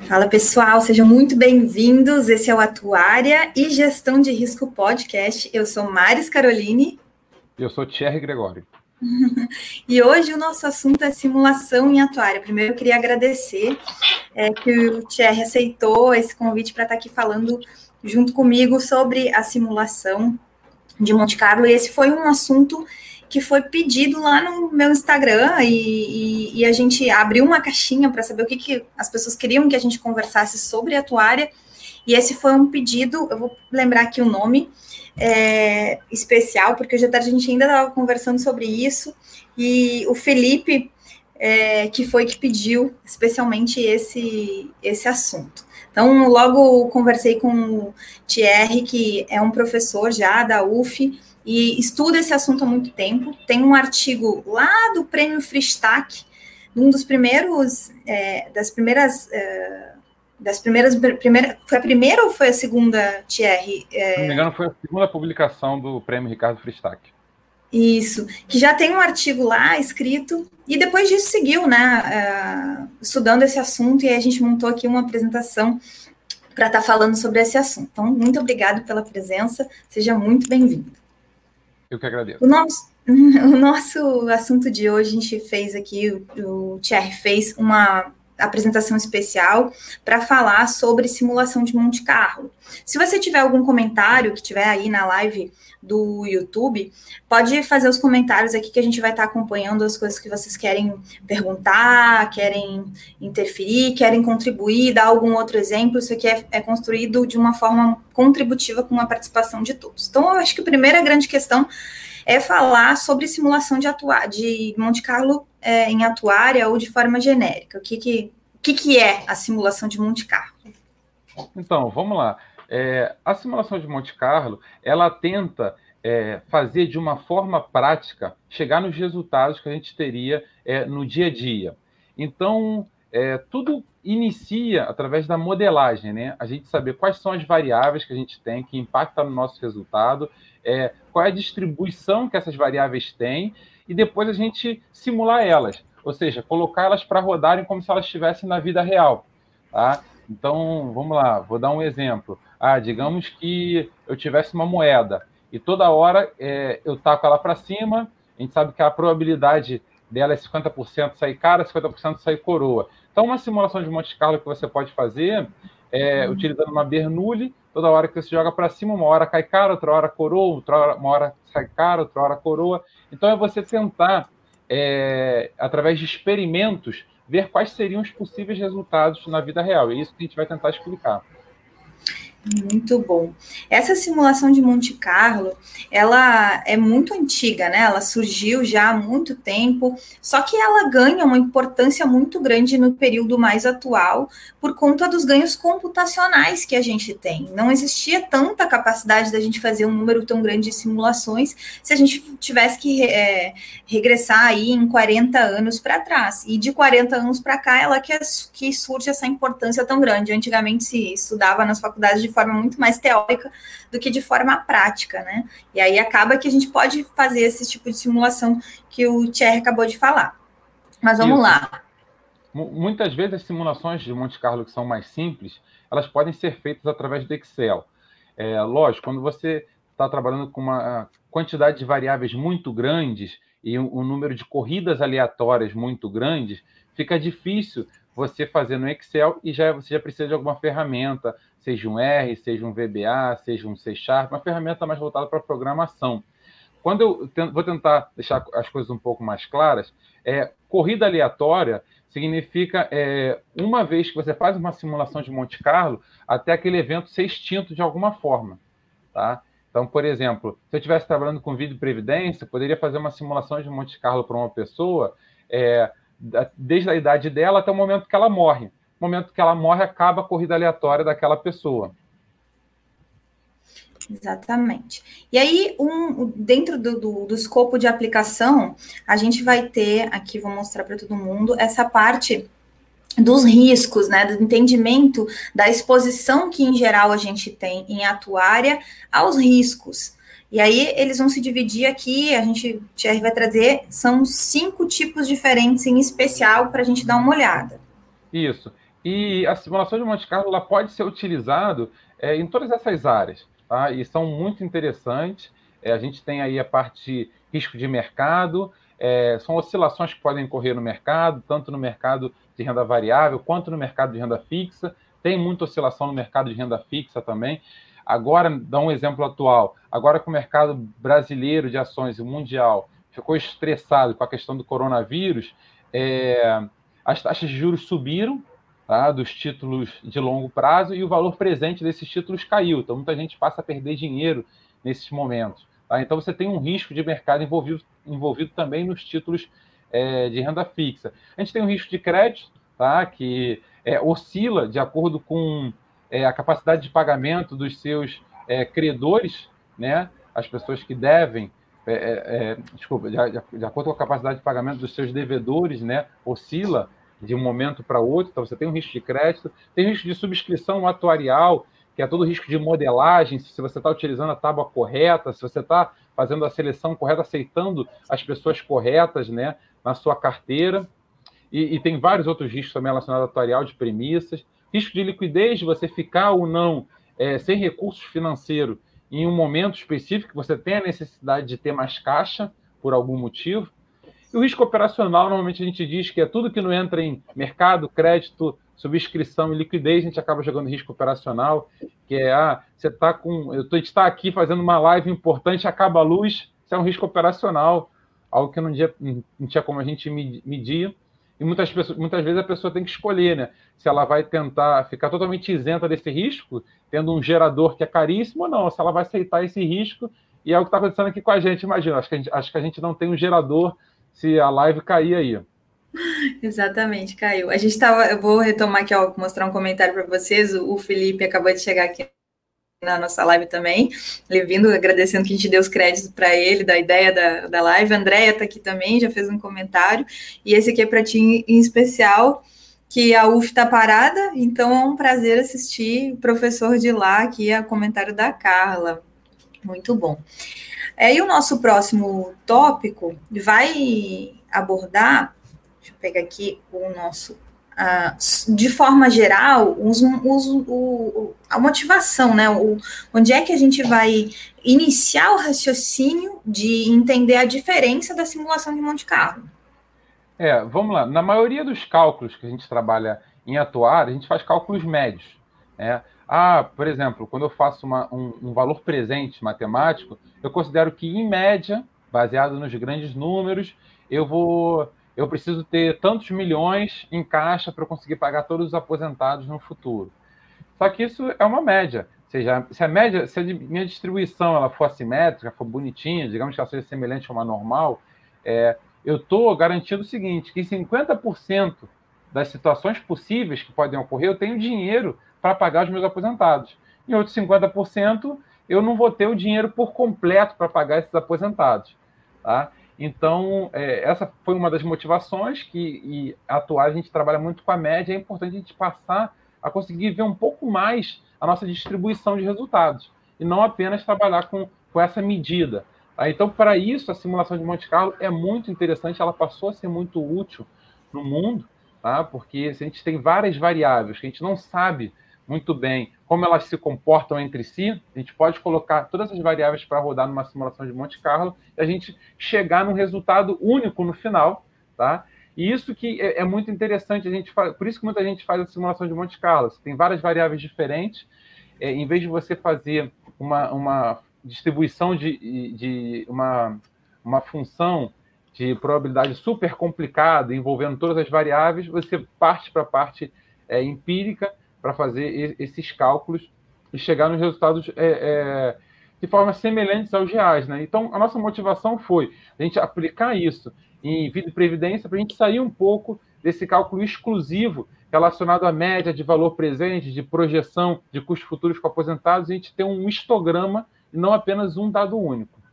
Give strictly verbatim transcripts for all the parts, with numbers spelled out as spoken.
Fala pessoal, sejam muito bem-vindos. Esse é o Atuária e Gestão de Risco Podcast. Eu sou Maris Caroline. E eu sou Thierry Gregório. E hoje o nosso assunto é simulação em atuária. Primeiro eu queria agradecer é, que o Thierry aceitou esse convite para estar aqui falando junto comigo sobre a simulação de Monte Carlo. E esse foi um assunto que foi pedido lá no meu Instagram e, e, e a gente abriu uma caixinha para saber o que, que as pessoas queriam que a gente conversasse sobre a atuária, e esse foi um pedido, eu vou lembrar aqui o nome é, especial, porque hoje à tarde a gente ainda estava conversando sobre isso, e o Felipe, é, que foi que pediu especialmente esse, esse assunto. Então, logo conversei com o Thierry, que é um professor já da U F, e estuda esse assunto há muito tempo. Tem um artigo lá do Prêmio Fristac, um dos primeiros, é, das primeiras, é, das primeiras, primeira, foi a primeira ou foi a segunda, Thierry? É... Se não me engano, foi a segunda publicação do Prêmio Ricardo Fristac. Isso, que já tem um artigo lá escrito, e depois disso seguiu, né, uh, estudando esse assunto, e aí a gente montou aqui uma apresentação para estar tá falando sobre esse assunto. Então, muito obrigado pela presença, seja muito bem-vindo. Eu que agradeço. O nosso, o nosso assunto de hoje, a gente fez aqui, o, o Thierry fez uma apresentação especial para falar sobre simulação de Monte Carlo. Se você tiver algum comentário que tiver aí na live do YouTube, pode fazer os comentários aqui que a gente vai estar acompanhando as coisas que vocês querem perguntar, querem interferir, querem contribuir, dar algum outro exemplo. Isso aqui é, é construído de uma forma contributiva com a participação de todos. Então, eu acho que a primeira grande questão é falar sobre simulação de, atua de Monte Carlo é, em atuária ou de forma genérica. O que, que, o que, que é a simulação de Monte Carlo? Então, vamos lá. É, a simulação de Monte Carlo, ela tenta é, fazer de uma forma prática, chegar nos resultados que a gente teria é, no dia a dia. Então, é, tudo inicia através da modelagem, né? A gente saber quais são as variáveis que a gente tem que impactam no nosso resultado, é, qual é a distribuição que essas variáveis têm, e depois a gente simular elas, ou seja, colocar elas para rodarem como se elas estivessem na vida real, tá? Então, vamos lá, vou dar um exemplo. Ah, digamos que eu tivesse uma moeda e toda hora é, eu taco ela para cima, a gente sabe que a probabilidade dela é cinquenta por cento sair cara, cinquenta por cento sair coroa. Então, uma simulação de Monte Carlo que você pode fazer é utilizando uma Bernoulli, toda hora que você joga para cima, uma hora cai cara, outra hora coroa, outra hora, uma hora sai cara, outra hora coroa. Então, é você tentar, é, através de experimentos, ver quais seriam os possíveis resultados na vida real. É isso que a gente vai tentar explicar. Muito bom. Essa simulação de Monte Carlo, ela é muito antiga, né? Ela surgiu já há muito tempo, só que ela ganha uma importância muito grande no período mais atual por conta dos ganhos computacionais que a gente tem. Não existia tanta capacidade da gente fazer um número tão grande de simulações se a gente tivesse que é, regressar aí em quarenta anos para trás. E de quarenta anos para cá, ela que, que surge essa importância tão grande. Antigamente se estudava nas faculdades de forma muito mais teórica do que de forma prática, né? E aí acaba que a gente pode fazer esse tipo de simulação que o Thierry acabou de falar. Mas vamos Isso. lá. Muitas vezes as simulações de Monte Carlo que são mais simples, elas podem ser feitas através do Excel. É, lógico, quando você está trabalhando com uma quantidade de variáveis muito grandes e um, um número de corridas aleatórias muito grandes, fica difícil você fazer no Excel e já, você já precisa de alguma ferramenta, seja um R, seja um V B A, seja um C Sharp, uma ferramenta mais voltada para programação. Quando eu tento, vou tentar deixar as coisas um pouco mais claras, é, corrida aleatória significa é, uma vez que você faz uma simulação de Monte Carlo, até aquele evento ser extinto de alguma forma. Tá? Então, por exemplo, se eu estivesse trabalhando com vídeo previdência, poderia fazer uma simulação de Monte Carlo para uma pessoa é, desde a idade dela até o momento que ela morre. No momento que ela morre, acaba a corrida aleatória daquela pessoa. Exatamente. E aí, um, dentro do, do, do escopo de aplicação, a gente vai ter, aqui vou mostrar para todo mundo, essa parte dos riscos, né, do entendimento da exposição que, em geral, a gente tem em atuária aos riscos. E aí, eles vão se dividir aqui, a gente, o Thierry vai trazer, são cinco tipos diferentes em especial para a gente dar uma olhada. Isso. E a simulação de Monte Carlo ela pode ser utilizada é, em todas essas áreas, tá? E são muito interessantes. É, a gente tem aí a parte de risco de mercado, é, são oscilações que podem ocorrer no mercado, tanto no mercado de renda variável quanto no mercado de renda fixa. Tem muita oscilação no mercado de renda fixa também. Agora, dá um exemplo atual, agora que o mercado brasileiro de ações e mundial ficou estressado com a questão do coronavírus, é, as taxas de juros subiram, tá, dos títulos de longo prazo, e o valor presente desses títulos caiu. Então, muita gente passa a perder dinheiro nesses momentos. Tá? Então, você tem um risco de mercado envolvido, envolvido também nos títulos é, de renda fixa. A gente tem um risco de crédito, tá, que é, oscila de acordo com é, a capacidade de pagamento dos seus é, credores, né, as pessoas que devem, é, é, desculpa, de, de acordo com a capacidade de pagamento dos seus devedores, né, oscila de um momento para outro. Então, você tem um risco de crédito, tem risco de subscrição atuarial, que é todo o risco de modelagem, se você está utilizando a tábua correta, se você está fazendo a seleção correta, aceitando as pessoas corretas, né, na sua carteira. E, e tem vários outros riscos também relacionados ao atuarial de premissas. Risco de liquidez, de você ficar ou não é, sem recursos financeiros em um momento específico, que você tem a necessidade de ter mais caixa por algum motivo. E o risco operacional, normalmente a gente diz que é tudo que não entra em mercado, crédito, subscrição e liquidez, a gente acaba jogando risco operacional, que é, ah, você está com, eu tô, a gente está aqui fazendo uma live importante, acaba a luz, isso é um risco operacional, algo que não tinha, não tinha como a gente medir. E muitas, pessoas, muitas vezes a pessoa tem que escolher, né? Se ela vai tentar ficar totalmente isenta desse risco, tendo um gerador que é caríssimo, ou não, se ela vai aceitar esse risco. E é o que está acontecendo aqui com a gente, imagina. Acho que a gente, acho que a gente não tem um gerador se a live cair aí. Exatamente, caiu. A gente estava, eu vou retomar aqui, ó, mostrar um comentário para vocês. O Felipe acabou de chegar aqui na nossa live também, ele vindo agradecendo que a gente deu os créditos para ele, da ideia da, da live. A Andréia está aqui também, já fez um comentário, e esse aqui é para ti em especial, que a U F está parada, então é um prazer assistir o professor de lá, aqui é o comentário da Carla, muito bom. É, e o nosso próximo tópico vai abordar, deixa eu pegar aqui o nosso... Uh, de forma geral, os, os, o, a motivação, né? O, onde é que a gente vai iniciar o raciocínio de entender a diferença da simulação de Monte Carlo? É, vamos lá. Na maioria dos cálculos que a gente trabalha em atuar, a gente faz cálculos médios, né? Ah, por exemplo, quando eu faço uma, um, um valor presente matemático, eu considero que, em média, baseado nos grandes números, eu vou... eu preciso ter tantos milhões em caixa para eu conseguir pagar todos os aposentados no futuro. Só que isso é uma média. Ou seja, se a média, se a minha distribuição ela for assimétrica, for bonitinha, digamos que ela seja semelhante a uma normal, é, eu estou garantindo o seguinte, que em cinquenta por cento das situações possíveis que podem ocorrer, eu tenho dinheiro para pagar os meus aposentados. Em outros cinquenta por cento, eu não vou ter o dinheiro por completo para pagar esses aposentados. Tá? Então, é, essa foi uma das motivações que, e atuar, a gente trabalha muito com a média, é importante a gente passar a conseguir ver um pouco mais a nossa distribuição de resultados, e não apenas trabalhar com, com essa medida. Tá? Então, para isso, a simulação de Monte Carlo é muito interessante, ela passou a ser muito útil no mundo, tá? Porque se a gente tem várias variáveis que a gente não sabe muito bem como elas se comportam entre si, a gente pode colocar todas as variáveis para rodar numa simulação de Monte Carlo e a gente chegar num resultado único no final, tá? E isso que é, é muito interessante, a gente faz, por isso que muita gente faz a simulação de Monte Carlo. Você tem várias variáveis diferentes, é, em vez de você fazer uma, uma distribuição de, de uma, uma função de probabilidade super complicada, envolvendo todas as variáveis, você parte para a parte é, empírica, para fazer esses cálculos e chegar nos resultados é, é, de forma semelhantes aos reais. Né? Então, a nossa motivação foi a gente aplicar isso em vida e previdência para a gente sair um pouco desse cálculo exclusivo relacionado à média de valor presente, de projeção de custos futuros com aposentados, e a gente ter um histograma e não apenas um dado único.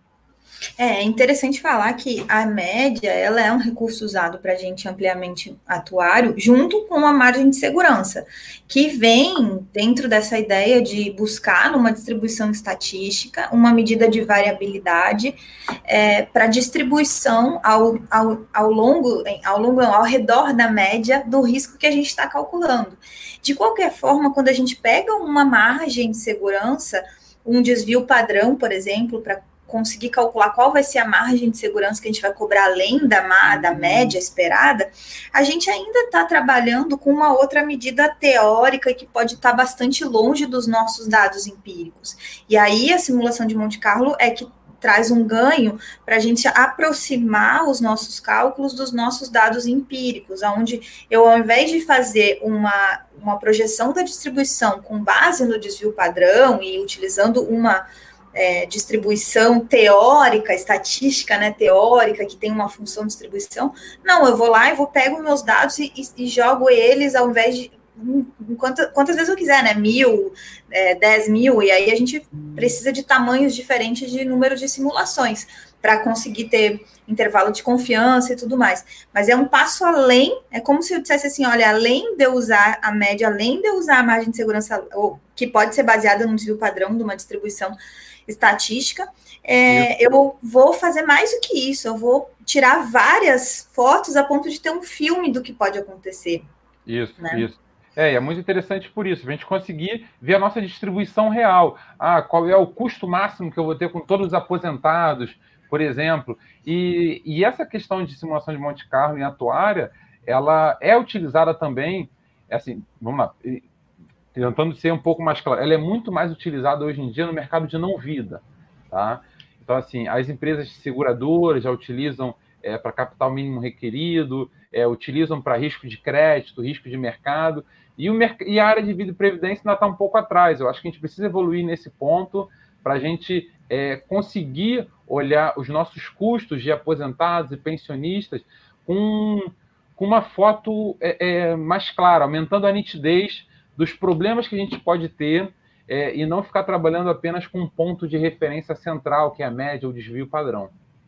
É interessante falar que a média ela é um recurso usado para a gente ampliamente atuário, junto com a margem de segurança, que vem dentro dessa ideia de buscar numa distribuição estatística uma medida de variabilidade é, para distribuição ao, ao, ao longo, ao longo, ao redor da média do risco que a gente está calculando. De qualquer forma, quando a gente pega uma margem de segurança, um desvio padrão, por exemplo, para conseguir calcular qual vai ser a margem de segurança que a gente vai cobrar além da, da média esperada, a gente ainda está trabalhando com uma outra medida teórica que pode estar tá bastante longe dos nossos dados empíricos. E aí a simulação de Monte Carlo é que traz um ganho para a gente aproximar os nossos cálculos dos nossos dados empíricos, onde eu, ao invés de fazer uma, uma projeção da distribuição com base no desvio padrão e utilizando uma É, distribuição teórica, estatística, né, teórica, que tem uma função de distribuição, não, eu vou lá e vou pego meus dados e, e, e jogo eles ao invés de quantas, quantas vezes eu quiser, né, mil, é, dez mil, e aí a gente precisa de tamanhos diferentes de número de simulações para conseguir ter intervalo de confiança e tudo mais, mas é um passo além, é como se eu dissesse assim, olha, além de eu usar a média, além de eu usar a margem de segurança, ou, que pode ser baseada no desvio padrão de uma distribuição estatística, é, eu vou fazer mais do que isso, eu vou tirar várias fotos a ponto de ter um filme do que pode acontecer. Isso, né? Isso. É, é muito interessante por isso, a gente conseguir ver a nossa distribuição real. Ah, qual é o custo máximo que eu vou ter com todos os aposentados, por exemplo. E, e essa questão de simulação de Monte Carlo em atuária, ela é utilizada também, assim, vamos lá, tentando ser um pouco mais claro, ela é muito mais utilizada hoje em dia no mercado de não-vida, tá? Então, assim, as empresas seguradoras já utilizam é, para capital mínimo requerido, é, utilizam para risco de crédito, risco de mercado, e, o, e a área de vida e previdência ainda está um pouco atrás. Eu acho que a gente precisa evoluir nesse ponto para a gente é, conseguir olhar os nossos custos de aposentados e pensionistas com, com uma foto é, é, mais clara, aumentando a nitidez dos problemas que a gente pode ter é, e não ficar trabalhando apenas com um ponto de referência central, que é a média ou desvio padrão.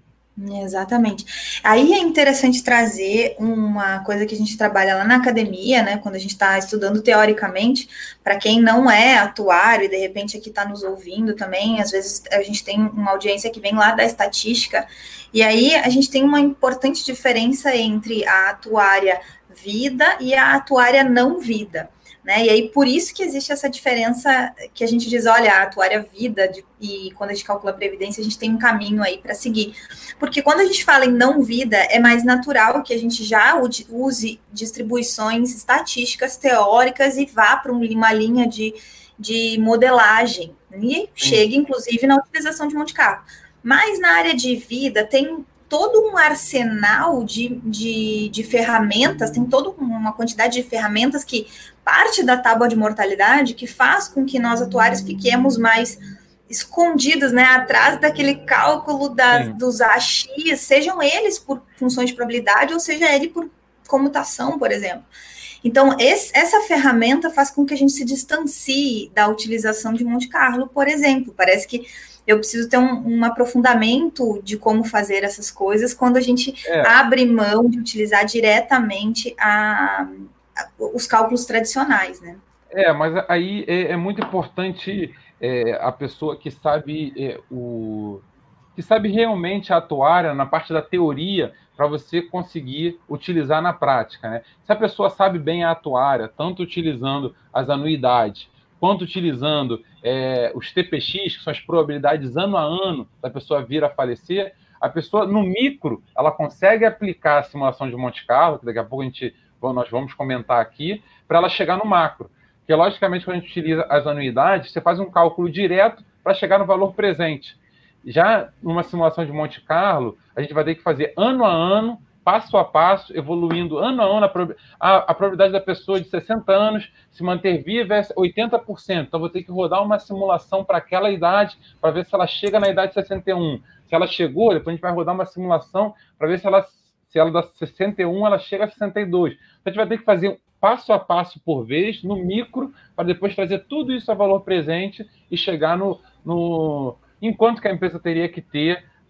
Exatamente. Aí é interessante trazer uma coisa que a gente trabalha lá na academia, né, quando a gente está estudando teoricamente, para quem não é atuário e de repente aqui está nos ouvindo também, às vezes a gente tem uma audiência que vem lá da estatística, e aí a gente tem uma importante diferença entre a atuária vida e a atuária não vida. Né? E aí, por isso que existe essa diferença que a gente diz, olha, a atuária vida, de, e quando a gente calcula a previdência, a gente tem um caminho aí para seguir. Porque quando a gente fala em não vida, é mais natural que a gente já use distribuições estatísticas teóricas e vá para uma linha de, de modelagem, e chegue, inclusive, na utilização de Monte Carlo. Mas na área de vida, tem todo um arsenal de, de, de ferramentas, tem toda uma quantidade de ferramentas que parte da tábua de mortalidade que faz com que nós atuários fiquemos mais escondidos, né, atrás daquele cálculo das, dos A X, sejam eles por funções de probabilidade ou seja ele por comutação, por exemplo. Então, esse, essa ferramenta faz com que a gente se distancie da utilização de Monte Carlo, por exemplo. Parece que eu preciso ter um, um aprofundamento de como fazer essas coisas quando a gente é. abre mão de utilizar diretamente a, a, os cálculos tradicionais, né? É, mas aí é, é muito importante é, a pessoa que sabe é, o que sabe realmente atuar na parte da teoria para você conseguir utilizar na prática, né? Se a pessoa sabe bem a atuária, tanto utilizando as anuidades, quanto utilizando é, os T P X, que são as probabilidades ano a ano da pessoa vir a falecer, a pessoa, no micro, ela consegue aplicar a simulação de Monte Carlo, que daqui a pouco a gente, nós vamos comentar aqui, para ela chegar no macro. Porque, logicamente, quando a gente utiliza as anuidades, você faz um cálculo direto para chegar no valor presente. Já numa simulação de Monte Carlo, a gente vai ter que fazer ano a ano, passo a passo, evoluindo ano a ano, a, prob a, a probabilidade da pessoa de sessenta anos se manter viva é oitenta por cento. Então, vou ter que rodar uma simulação para aquela idade, para ver se ela chega na idade de sessenta e um. Se ela chegou, depois a gente vai rodar uma simulação para ver se ela, se ela dá sessenta e um, ela chega a sessenta e dois. Então, a gente vai ter que fazer passo a passo por vez, no micro, para depois trazer tudo isso a valor presente e chegar no... no enquanto que a empresa teria que ter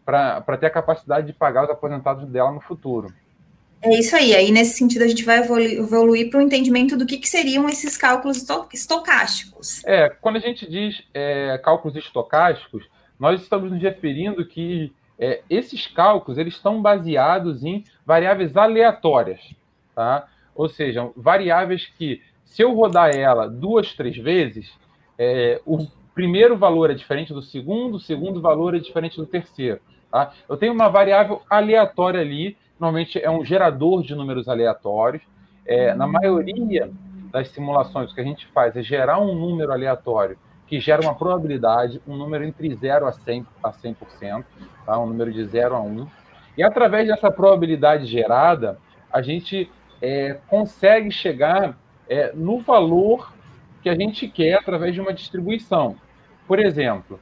para ter a capacidade de pagar os aposentados dela no futuro. É isso aí. Aí, nesse sentido, a gente vai evoluir, evoluir para o entendimento do que, que seriam esses cálculos estocásticos. É, quando a gente diz é, cálculos estocásticos, nós estamos nos referindo que é, esses cálculos eles estão baseados em variáveis aleatórias, tá? Ou seja, variáveis que, se eu rodar ela duas, três vezes, é, o primeiro valor é diferente do segundo, o segundo valor é diferente do terceiro. Tá? Eu tenho uma variável aleatória ali, normalmente é um gerador de números aleatórios. É, na maioria das simulações, o que a gente faz é gerar um número aleatório que gera uma probabilidade, um número entre zero a cem por cento, tá? Um número de zero a um. E através dessa probabilidade gerada, a gente é, consegue chegar é, no valor que a gente quer através de uma distribuição. Por exemplo,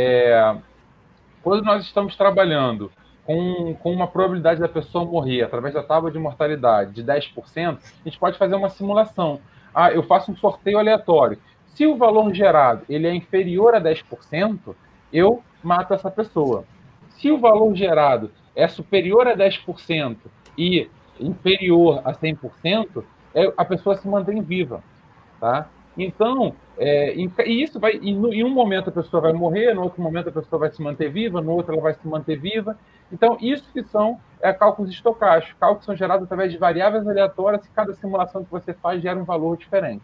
é, quando nós estamos trabalhando com, com uma probabilidade da pessoa morrer através da tábua de mortalidade de dez por cento, a gente pode fazer uma simulação. Ah, eu faço um sorteio aleatório. Se o valor gerado ele é inferior a dez por cento, eu mato essa pessoa. Se o valor gerado é superior a dez por cento e inferior a cem por cento, a pessoa se mantém viva. Tá? Então, é, e isso vai, e no, em um momento a pessoa vai morrer, no outro momento a pessoa vai se manter viva, no outro ela vai se manter viva. Então, isso que são é, cálculos estocásticos. Cálculos são gerados através de variáveis aleatórias e cada simulação que você faz gera um valor diferente.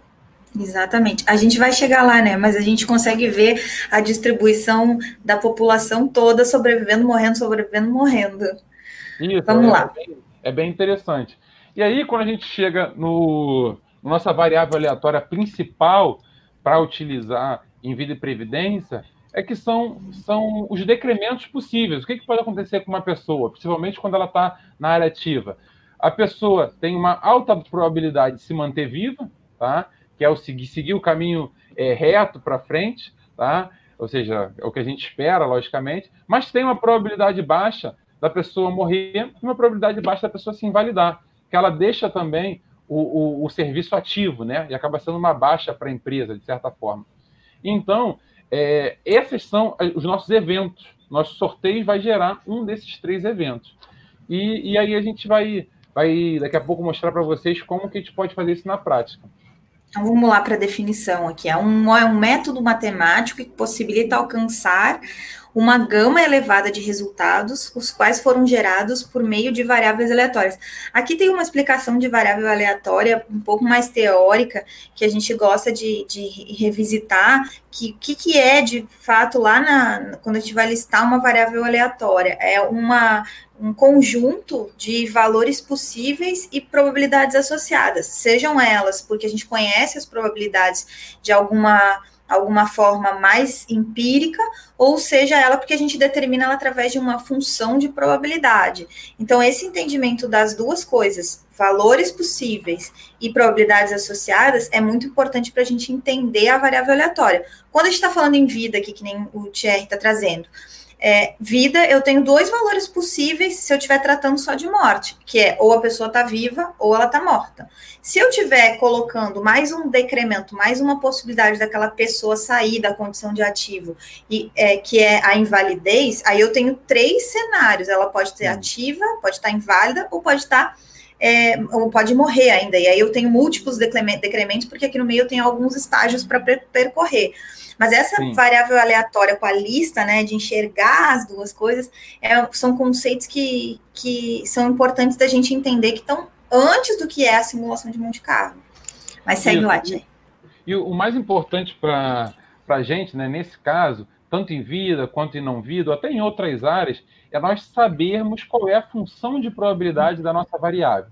Exatamente. A gente vai chegar lá, né? Mas a gente consegue ver a distribuição da população toda sobrevivendo, morrendo, sobrevivendo, morrendo. Isso, Vamos é, lá. É bem, é bem interessante. E aí, quando a gente chega no... nossa variável aleatória principal para utilizar em vida e previdência é que são, são os decrementos possíveis. O que, que pode acontecer com uma pessoa, principalmente quando ela está na área ativa? A pessoa tem uma alta probabilidade de se manter viva, tá? Que é o seguir, seguir o caminho é, reto para frente, tá? Ou seja, é o que a gente espera, logicamente, mas tem uma probabilidade baixa da pessoa morrer e uma probabilidade baixa da pessoa se invalidar, que ela deixa também O, o, o serviço ativo, né? E acaba sendo uma baixa para a empresa, de certa forma. Então, é, esses são os nossos eventos. Nosso sorteio vai gerar um desses três eventos. E, e aí a gente vai, vai, daqui a pouco, mostrar para vocês como que a gente pode fazer isso na prática. Então, vamos lá para a definição aqui. É um, é um método matemático que possibilita alcançar uma gama elevada de resultados, os quais foram gerados por meio de variáveis aleatórias. Aqui tem uma explicação de variável aleatória um pouco mais teórica, que a gente gosta de, de revisitar, que que, que é, de fato, lá na, quando a gente vai listar uma variável aleatória. É uma... um conjunto de valores possíveis e probabilidades associadas, sejam elas porque a gente conhece as probabilidades de alguma, alguma forma mais empírica, ou seja ela porque a gente determina ela através de uma função de probabilidade. Então, esse entendimento das duas coisas, valores possíveis e probabilidades associadas, é muito importante para a gente entender a variável aleatória. Quando a gente está falando em vida aqui, que nem o Thierry está trazendo, É, vida, eu tenho dois valores possíveis se eu estiver tratando só de morte, que é ou a pessoa está viva ou ela está morta. Se eu estiver colocando mais um decremento, mais uma possibilidade daquela pessoa sair da condição de ativo, e, é, que é a invalidez, aí eu tenho três cenários. Ela pode ser ativa, pode estar inválida ou pode estar... É, ou pode morrer ainda. E aí eu tenho múltiplos decrementos, porque aqui no meio eu tenho alguns estágios para percorrer. Mas essa Sim. variável aleatória com a lista, né, de enxergar as duas coisas, é, são conceitos que, que são importantes da gente entender, que estão antes do que é a simulação de Monte Carlo. Mas segue lá, Tia. E o mais importante para a gente, né, nesse caso, tanto em vida quanto em não vida, ou até em outras áreas, é nós sabermos qual é a função de probabilidade da nossa variável.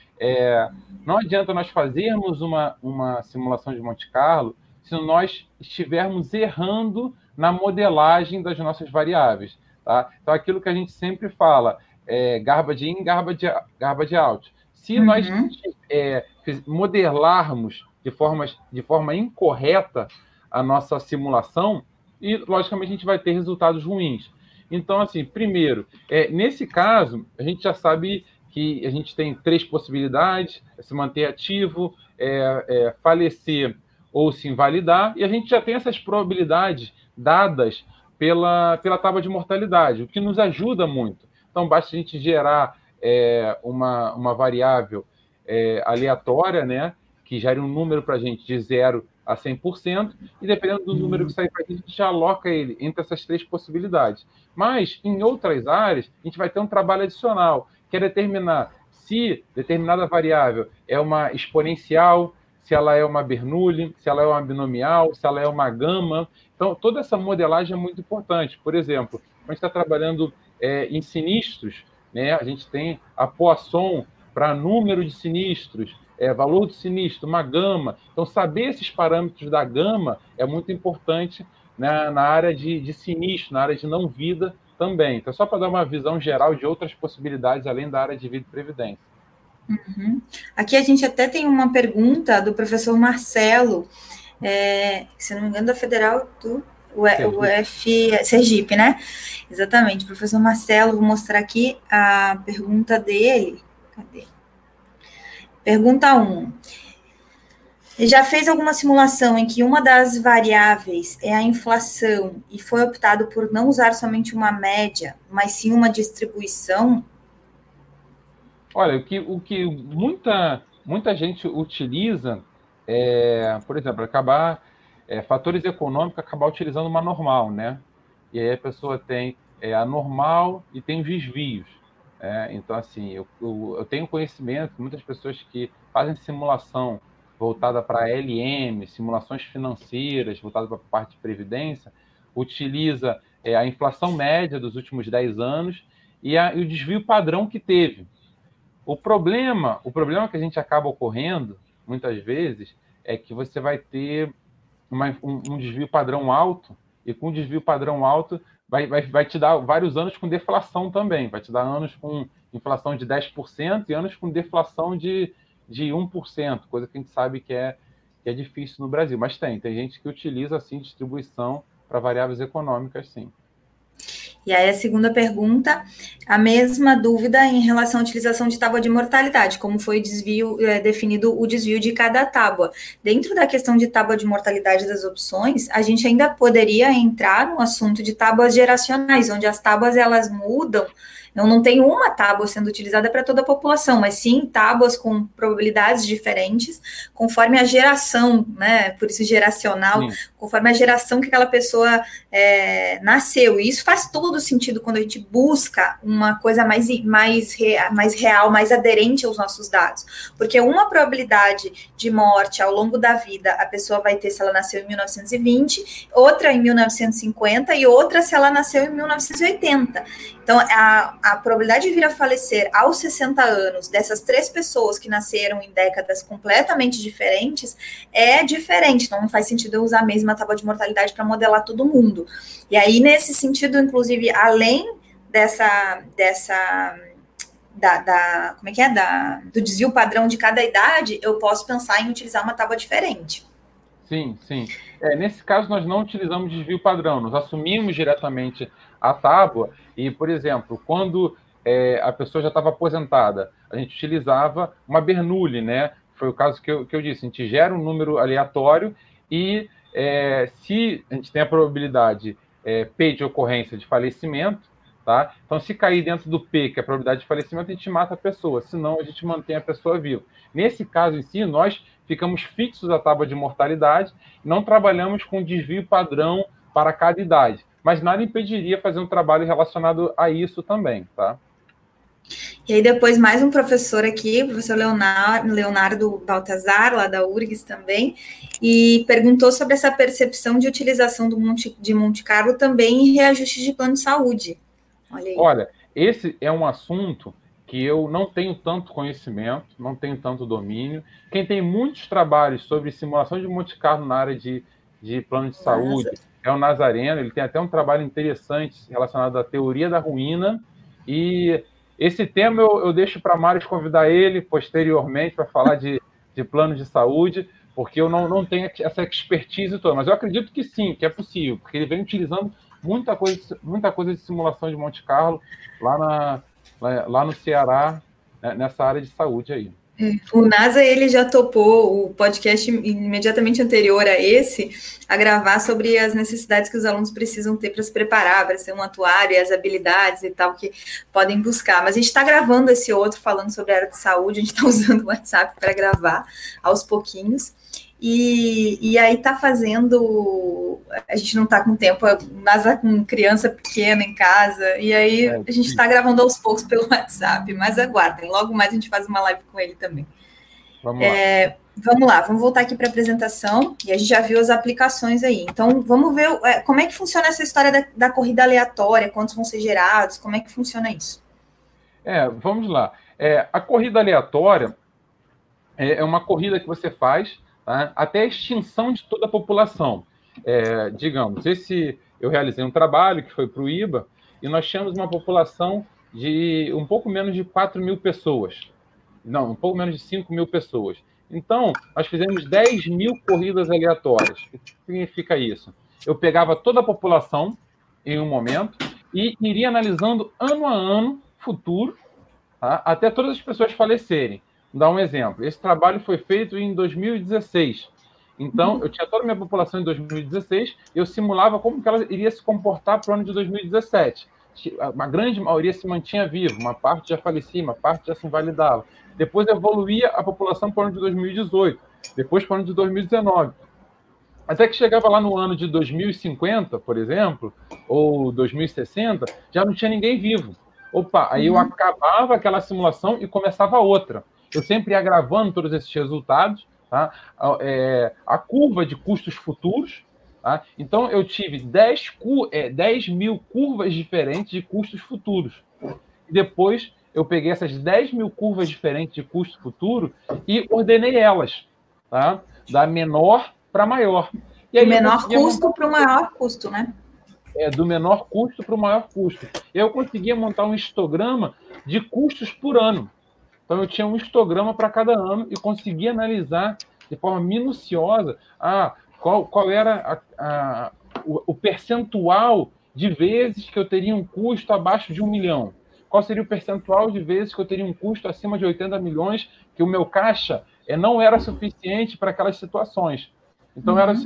É, não adianta nós fazermos uma, uma simulação de Monte Carlo se nós estivermos errando na modelagem das nossas variáveis. Tá? Então, aquilo que a gente sempre fala, é garbage in, garbage, garbage out. Se uhum. nós é, modelarmos de, formas, de forma incorreta a nossa simulação, e, logicamente, a gente vai ter resultados ruins. Então, assim, primeiro, é, nesse caso, a gente já sabe que a gente tem três possibilidades: é se manter ativo, é, é, falecer ou se invalidar, e a gente já tem essas probabilidades dadas pela, pela tábua de mortalidade, o que nos ajuda muito. Então, basta a gente gerar é, uma, uma variável é, aleatória, né, que gere um número para a gente de zero a cem por cento, e dependendo do número que sair para a gente, a gente já aloca ele entre essas três possibilidades. Mas, em outras áreas, a gente vai ter um trabalho adicional, que é determinar se determinada variável é uma exponencial, se ela é uma Bernoulli, se ela é uma binomial, se ela é uma gama. Então, toda essa modelagem é muito importante. Por exemplo, quando a gente está trabalhando é, em sinistros, né, a gente tem a Poisson para número de sinistros, é, valor do sinistro, uma gama. Então, saber esses parâmetros da gama é muito importante, né, na área de, de sinistro, na área de não-vida também. Então, só para dar uma visão geral de outras possibilidades, além da área de vida e previdência. Uhum. Aqui a gente até tem uma pergunta do professor Marcelo, é, se não me engano, da Federal do U F Sergipe, né? Exatamente, professor Marcelo, vou mostrar aqui a pergunta dele. Cadê? Pergunta um. Já fez alguma simulação em que uma das variáveis é a inflação e foi optado por não usar somente uma média, mas sim uma distribuição? Olha, o que, o que muita, muita gente utiliza é, por exemplo, acabar é, fatores econômicos, acabar utilizando uma normal, né? E aí a pessoa tem é, a normal e tem os desvios. É, então, assim, eu, eu, eu tenho conhecimento, muitas pessoas que fazem simulação voltada para L M, simulações financeiras, voltada para a parte de previdência, utiliza é, a inflação média dos últimos dez anos e, a, e o desvio padrão que teve. O problema, o problema que a gente acaba ocorrendo, muitas vezes, é que você vai ter uma, um, um desvio padrão alto, e com desvio padrão alto vai, vai, vai te dar vários anos com deflação também, vai te dar anos com inflação de dez por cento e anos com deflação de, de um por cento, coisa que a gente sabe que é, que é difícil no Brasil, mas tem, tem gente que utiliza assim distribuição para variáveis econômicas, sim. E aí a segunda pergunta, a mesma dúvida em relação à utilização de tábua de mortalidade, como foi desvio, é, definido o desvio de cada tábua. Dentro da questão de tábua de mortalidade das opções, a gente ainda poderia entrar no assunto de tábuas geracionais, onde as tábuas elas mudam. Eu não tenho uma tábua sendo utilizada para toda a população, mas sim tábuas com probabilidades diferentes, conforme a geração, né? Por isso geracional, sim. Conforme a geração que aquela pessoa é, nasceu. E isso faz todo sentido quando a gente busca uma coisa mais, mais, rea, mais real, mais aderente aos nossos dados. Porque uma probabilidade de morte ao longo da vida, a pessoa vai ter se ela nasceu em mil novecentos e vinte, outra em mil novecentos e cinquenta e outra se ela nasceu em mil novecentos e oitenta. Então, a, a probabilidade de vir a falecer aos sessenta anos dessas três pessoas que nasceram em décadas completamente diferentes é diferente. Então, não faz sentido eu usar a mesma tábua de mortalidade para modelar todo mundo. E aí, nesse sentido, inclusive, além dessa... dessa da, da, como é que é? Da, do desvio padrão de cada idade, eu posso pensar em utilizar uma tábua diferente. Sim, sim. É, nesse caso, nós não utilizamos desvio padrão, nós assumimos diretamente a tábua e, por exemplo, quando é, a pessoa já estava aposentada, a gente utilizava uma Bernoulli, né? Foi o caso que eu, que eu disse, a gente gera um número aleatório e é, se a gente tem a probabilidade é, P de ocorrência de falecimento, tá? Então, se cair dentro do P, que é a probabilidade de falecimento, a gente mata a pessoa, senão a gente mantém a pessoa viva. Nesse caso em si, nós ficamos fixos à tábua de mortalidade, não trabalhamos com desvio padrão para cada idade, mas nada impediria fazer um trabalho relacionado a isso também, tá? E aí depois mais um professor aqui, o professor Leonardo, Leonardo Baltazar, lá da U R G S também, e perguntou sobre essa percepção de utilização do Monte, de Monte Carlo também em reajustes de plano de saúde. Olha aí. Olha, esse é um assunto que eu não tenho tanto conhecimento, não tenho tanto domínio. Quem tem muitos trabalhos sobre simulação de Monte Carlo na área de, de plano de saúde Nossa. é o Nazareno, ele tem até um trabalho interessante relacionado à teoria da ruína, e esse tema eu, eu deixo para Mário convidar ele posteriormente para falar de, de plano de saúde, porque eu não, não tenho essa expertise toda, mas eu acredito que sim, que é possível, porque ele vem utilizando muita coisa, muita coisa de simulação de Monte Carlo lá, na, lá, lá no Ceará, né, nessa área de saúde aí. O NASA, ele já topou o podcast imediatamente anterior a esse, a gravar sobre as necessidades que os alunos precisam ter para se preparar, para ser um atuário, e as habilidades e tal que podem buscar. Mas a gente está gravando esse outro falando sobre a área de saúde, a gente está usando o WhatsApp para gravar aos pouquinhos. E, e aí tá fazendo, a gente não tá com tempo, o NASA com criança pequena em casa, e aí a gente está gravando aos poucos pelo WhatsApp, mas aguardem, logo mais a gente faz uma live com ele também. Vamos lá. É, vamos lá, vamos voltar aqui para a apresentação, e a gente já viu as aplicações aí. Então, vamos ver é, como é que funciona essa história da, da corrida aleatória, quantos vão ser gerados, como é que funciona isso? É, vamos lá. É, a corrida aleatória é, é uma corrida que você faz, tá, até a extinção de toda a população. É, digamos, esse eu realizei um trabalho que foi para o I B A, e nós tínhamos uma população de um pouco menos de quatro mil pessoas. Não, um pouco menos de cinco mil pessoas. Então, nós fizemos dez mil corridas aleatórias. O que significa isso? Eu pegava toda a população em um momento e iria analisando ano a ano futuro, tá, até todas as pessoas falecerem. Vou dar um exemplo. Esse trabalho foi feito em dois mil e dezesseis. Então, eu tinha toda a minha população em dois mil e dezesseis, eu simulava como que ela iria se comportar para o ano de dois mil e dezessete. Uma grande maioria se mantinha viva, uma parte já falecia, uma parte já se invalidava. Depois evoluía a população para o ano de dois mil e dezoito, depois para o ano de dois mil e dezenove. Até que chegava lá no ano de dois mil e cinquenta, por exemplo, ou dois mil e sessenta, já não tinha ninguém vivo. Opa, aí eu acabava aquela simulação e começava outra. Eu sempre ia gravando todos esses resultados, tá? É, a curva de custos futuros. Tá? Então, eu tive dez, é, dez mil curvas diferentes de custos futuros. E depois, eu peguei essas dez mil curvas diferentes de custo futuro e ordenei elas, tá? Da menor para maior. E aí, do menor custo para o maior custo, né? É, do menor custo para o maior custo. Eu conseguia montar um histograma de custos por ano. Então, eu tinha um histograma para cada ano e conseguia analisar de forma minuciosa ah, qual, qual era a, a, o, o percentual de vezes que eu teria um custo abaixo de um milhão. Qual seria o percentual de vezes que eu teria um custo acima de oitenta milhões, que o meu caixa é, não era suficiente para aquelas situações. Então, uhum. era,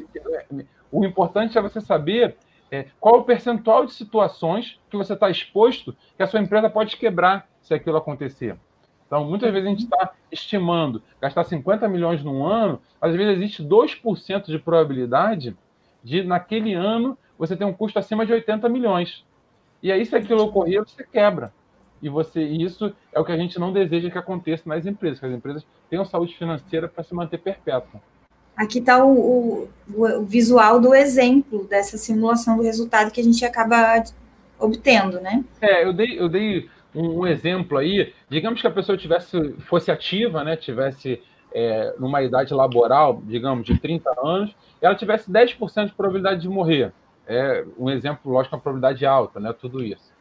o importante é você saber é, qual é o percentual de situações que você está exposto que a sua empresa pode quebrar se aquilo acontecer. Então, muitas vezes a gente está estimando gastar cinquenta milhões num ano, às vezes existe dois por cento de probabilidade de, naquele ano, você ter um custo acima de oitenta milhões. E aí, se aquilo ocorrer, você quebra. E você, isso é o que a gente não deseja que aconteça nas empresas, que as empresas tenham saúde financeira para se manter perpétua. Aqui está o, o, o visual do exemplo dessa simulação do resultado que a gente acaba obtendo, né? É, eu dei... Eu dei Um, um exemplo aí, digamos que a pessoa tivesse, fosse ativa, né, tivesse é, numa idade laboral, digamos, de trinta anos, e ela tivesse dez por cento de probabilidade de morrer. É um exemplo, lógico, uma probabilidade alta, né, tudo isso.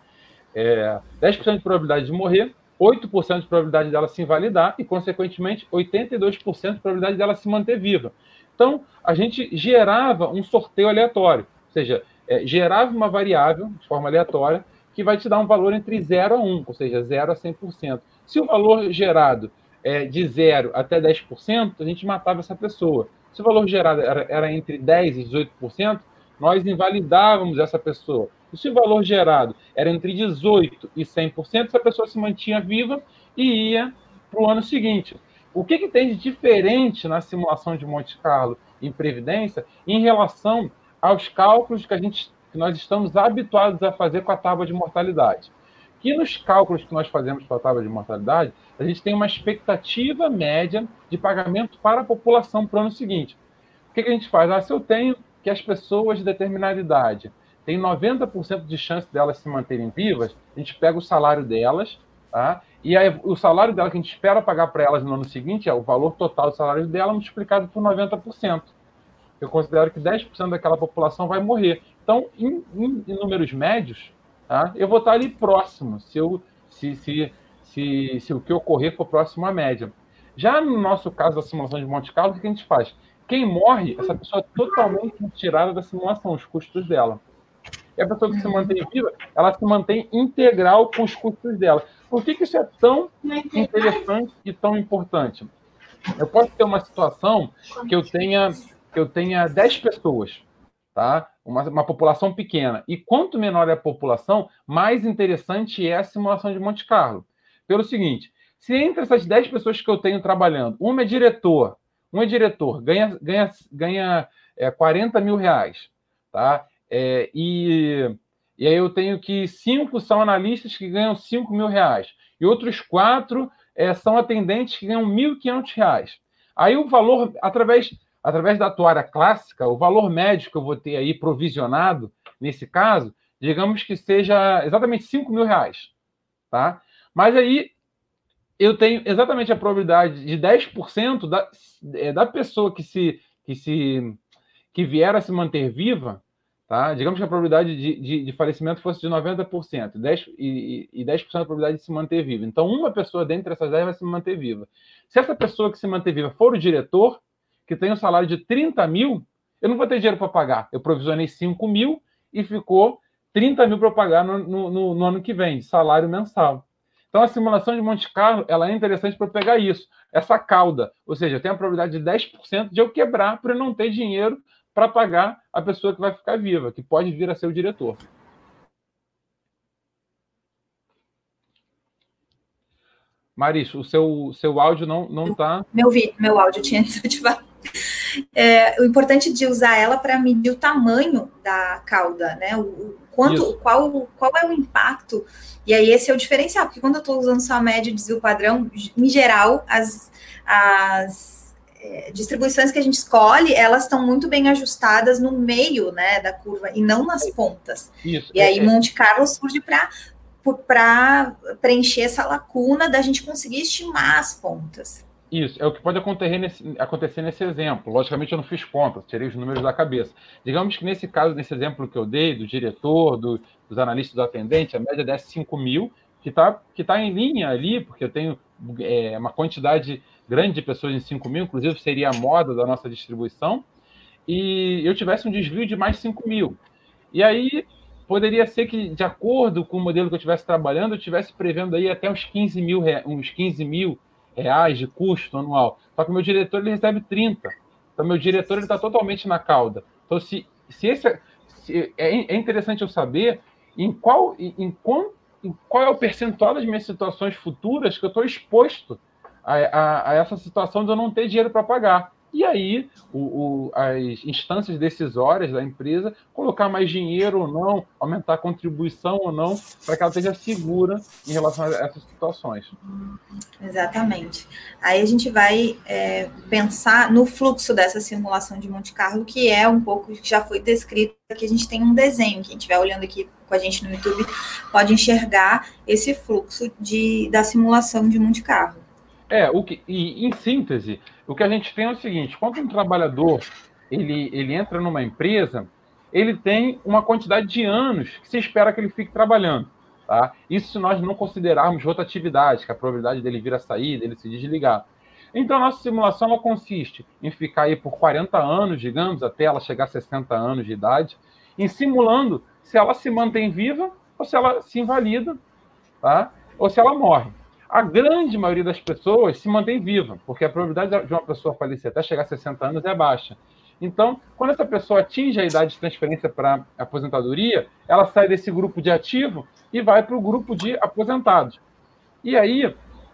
É, dez por cento de probabilidade de morrer, oito por cento de probabilidade dela se invalidar e, consequentemente, oitenta e dois por cento de probabilidade dela se manter viva. Então, a gente gerava um sorteio aleatório, ou seja, é, gerava uma variável de forma aleatória que vai te dar um valor entre zero a um, ou seja, zero a cem por cento. Se o valor gerado é de zero até dez por cento, a gente matava essa pessoa. Se o valor gerado era, era entre dez por cento e dezoito por cento, nós invalidávamos essa pessoa. E se o valor gerado era entre dezoito por cento e cem por cento, essa pessoa se mantinha viva e ia para o ano seguinte. O que, que tem de diferente na simulação de Monte Carlo em Previdência em relação aos cálculos que a gente que nós estamos habituados a fazer com a tábua de mortalidade? Que nos cálculos que nós fazemos com a tábua de mortalidade, a gente tem uma expectativa média de pagamento para a população para o ano seguinte. O que, que a gente faz? Ah, se eu tenho que as pessoas de determinada idade têm noventa por cento de chance delas se manterem vivas, a gente pega o salário delas, tá? E aí, o salário dela que a gente espera pagar para elas no ano seguinte é o valor total do salário dela multiplicado por noventa por cento. Eu considero que dez por cento daquela população vai morrer. Então, em, em, em números médios, tá, eu vou estar ali próximo, se, eu, se, se, se, se o que ocorrer for próximo à média. Já no nosso caso da simulação de Monte Carlo, o que a gente faz? Quem morre, essa pessoa é totalmente retirada da simulação, os custos dela. E a pessoa que se mantém viva, ela se mantém integral com os custos dela. Por que, que isso é tão interessante e tão importante? Eu posso ter uma situação que eu tenha, que eu tenha dez pessoas, tá? Uma, uma população pequena. E quanto menor é a população, mais interessante é a simulação de Monte Carlo. Pelo seguinte, se entre essas dez pessoas que eu tenho trabalhando, uma é diretor, um é diretor, ganha, ganha, ganha é, quarenta mil reais, tá? É, e, e aí eu tenho que cinco são analistas que ganham cinco mil reais. E outros quatro é, são atendentes que ganham mil e quinhentos reais. Aí o valor, através, através da atuária clássica, o valor médio que eu vou ter aí provisionado, nesse caso, digamos que seja exatamente cinco mil reais, tá? Mas aí eu tenho exatamente a probabilidade de dez por cento da, da pessoa que se, que se que vier a se manter viva, tá? Digamos que a probabilidade de, de, de falecimento fosse de noventa por cento dez, e, e dez por cento da probabilidade de se manter viva. Então, uma pessoa dentre essas dez vai se manter viva. Se essa pessoa que se manter viva for o diretor, que tem um salário de trinta mil, eu não vou ter dinheiro para pagar. Eu provisionei cinco mil e ficou trinta mil para eu pagar no, no, no ano que vem, de salário mensal. Então, a simulação de Monte Carlo ela é interessante para pegar isso, essa cauda. Ou seja, eu tenho a probabilidade de dez por cento de eu quebrar para eu não ter dinheiro para pagar a pessoa que vai ficar viva, que pode vir a ser o diretor. Maris, o seu, seu áudio não está... Meu vídeo, meu áudio tinha desativado. É, o importante de usar ela para medir o tamanho da cauda, né? O, o quanto, qual, qual é o impacto. E aí esse é o diferencial, porque quando eu estou usando só a média e desvio padrão, em geral, as, as é, distribuições que a gente escolhe, elas estão muito bem ajustadas no meio, né, da curva e não nas pontas. Isso, e aí é, Monte Carlo surge para para preencher essa lacuna da gente conseguir estimar as pontas. Isso, é o que pode acontecer nesse, acontecer nesse exemplo. Logicamente, eu não fiz contas, tirei os números da cabeça. Digamos que nesse caso, nesse exemplo que eu dei, do diretor, do, dos analistas do atendente, a média desse cinco mil, que está que tá em linha ali, porque eu tenho é, uma quantidade grande de pessoas em cinco mil, inclusive seria a moda da nossa distribuição, e eu tivesse um desvio de mais cinco mil. E aí, poderia ser que, de acordo com o modelo que eu estivesse trabalhando, eu estivesse prevendo aí até uns quinze mil, uns quinze mil reais de custo anual. Só que o meu diretor ele recebe trinta. Então, meu diretor está totalmente na cauda. Então, se, se esse, se, é, é interessante eu saber em qual, em, em, em qual é o percentual das minhas situações futuras que eu estou exposto a, a, a essa situação de eu não ter dinheiro para pagar. E aí, o, o, as instâncias decisórias da empresa colocar mais dinheiro ou não, aumentar a contribuição ou não, para que ela esteja segura em relação a essas situações. Exatamente. Aí a gente vai é, pensar no fluxo dessa simulação de Monte Carlo, que é um pouco que já foi descrito, que a gente tem um desenho, quem estiver olhando aqui com a gente no YouTube pode enxergar esse fluxo de, da simulação de Monte Carlo. É, o que, e em síntese, o que a gente tem é o seguinte, quando um trabalhador ele, ele entra numa empresa, ele tem uma quantidade de anos que se espera que ele fique trabalhando. Tá? Isso se nós não considerarmos rotatividade, que é a probabilidade dele vir a sair, dele se desligar. Então, a nossa simulação ela consiste em ficar aí por quarenta anos, digamos, até ela chegar a sessenta anos de idade, em simulando se ela se mantém viva ou se ela se invalida, tá? Ou se ela morre. A grande maioria das pessoas se mantém viva, porque a probabilidade de uma pessoa falecer até chegar a sessenta anos é baixa. Então, quando essa pessoa atinge a idade de transferência para a aposentadoria, ela sai desse grupo de ativo e vai para o grupo de aposentados. E aí,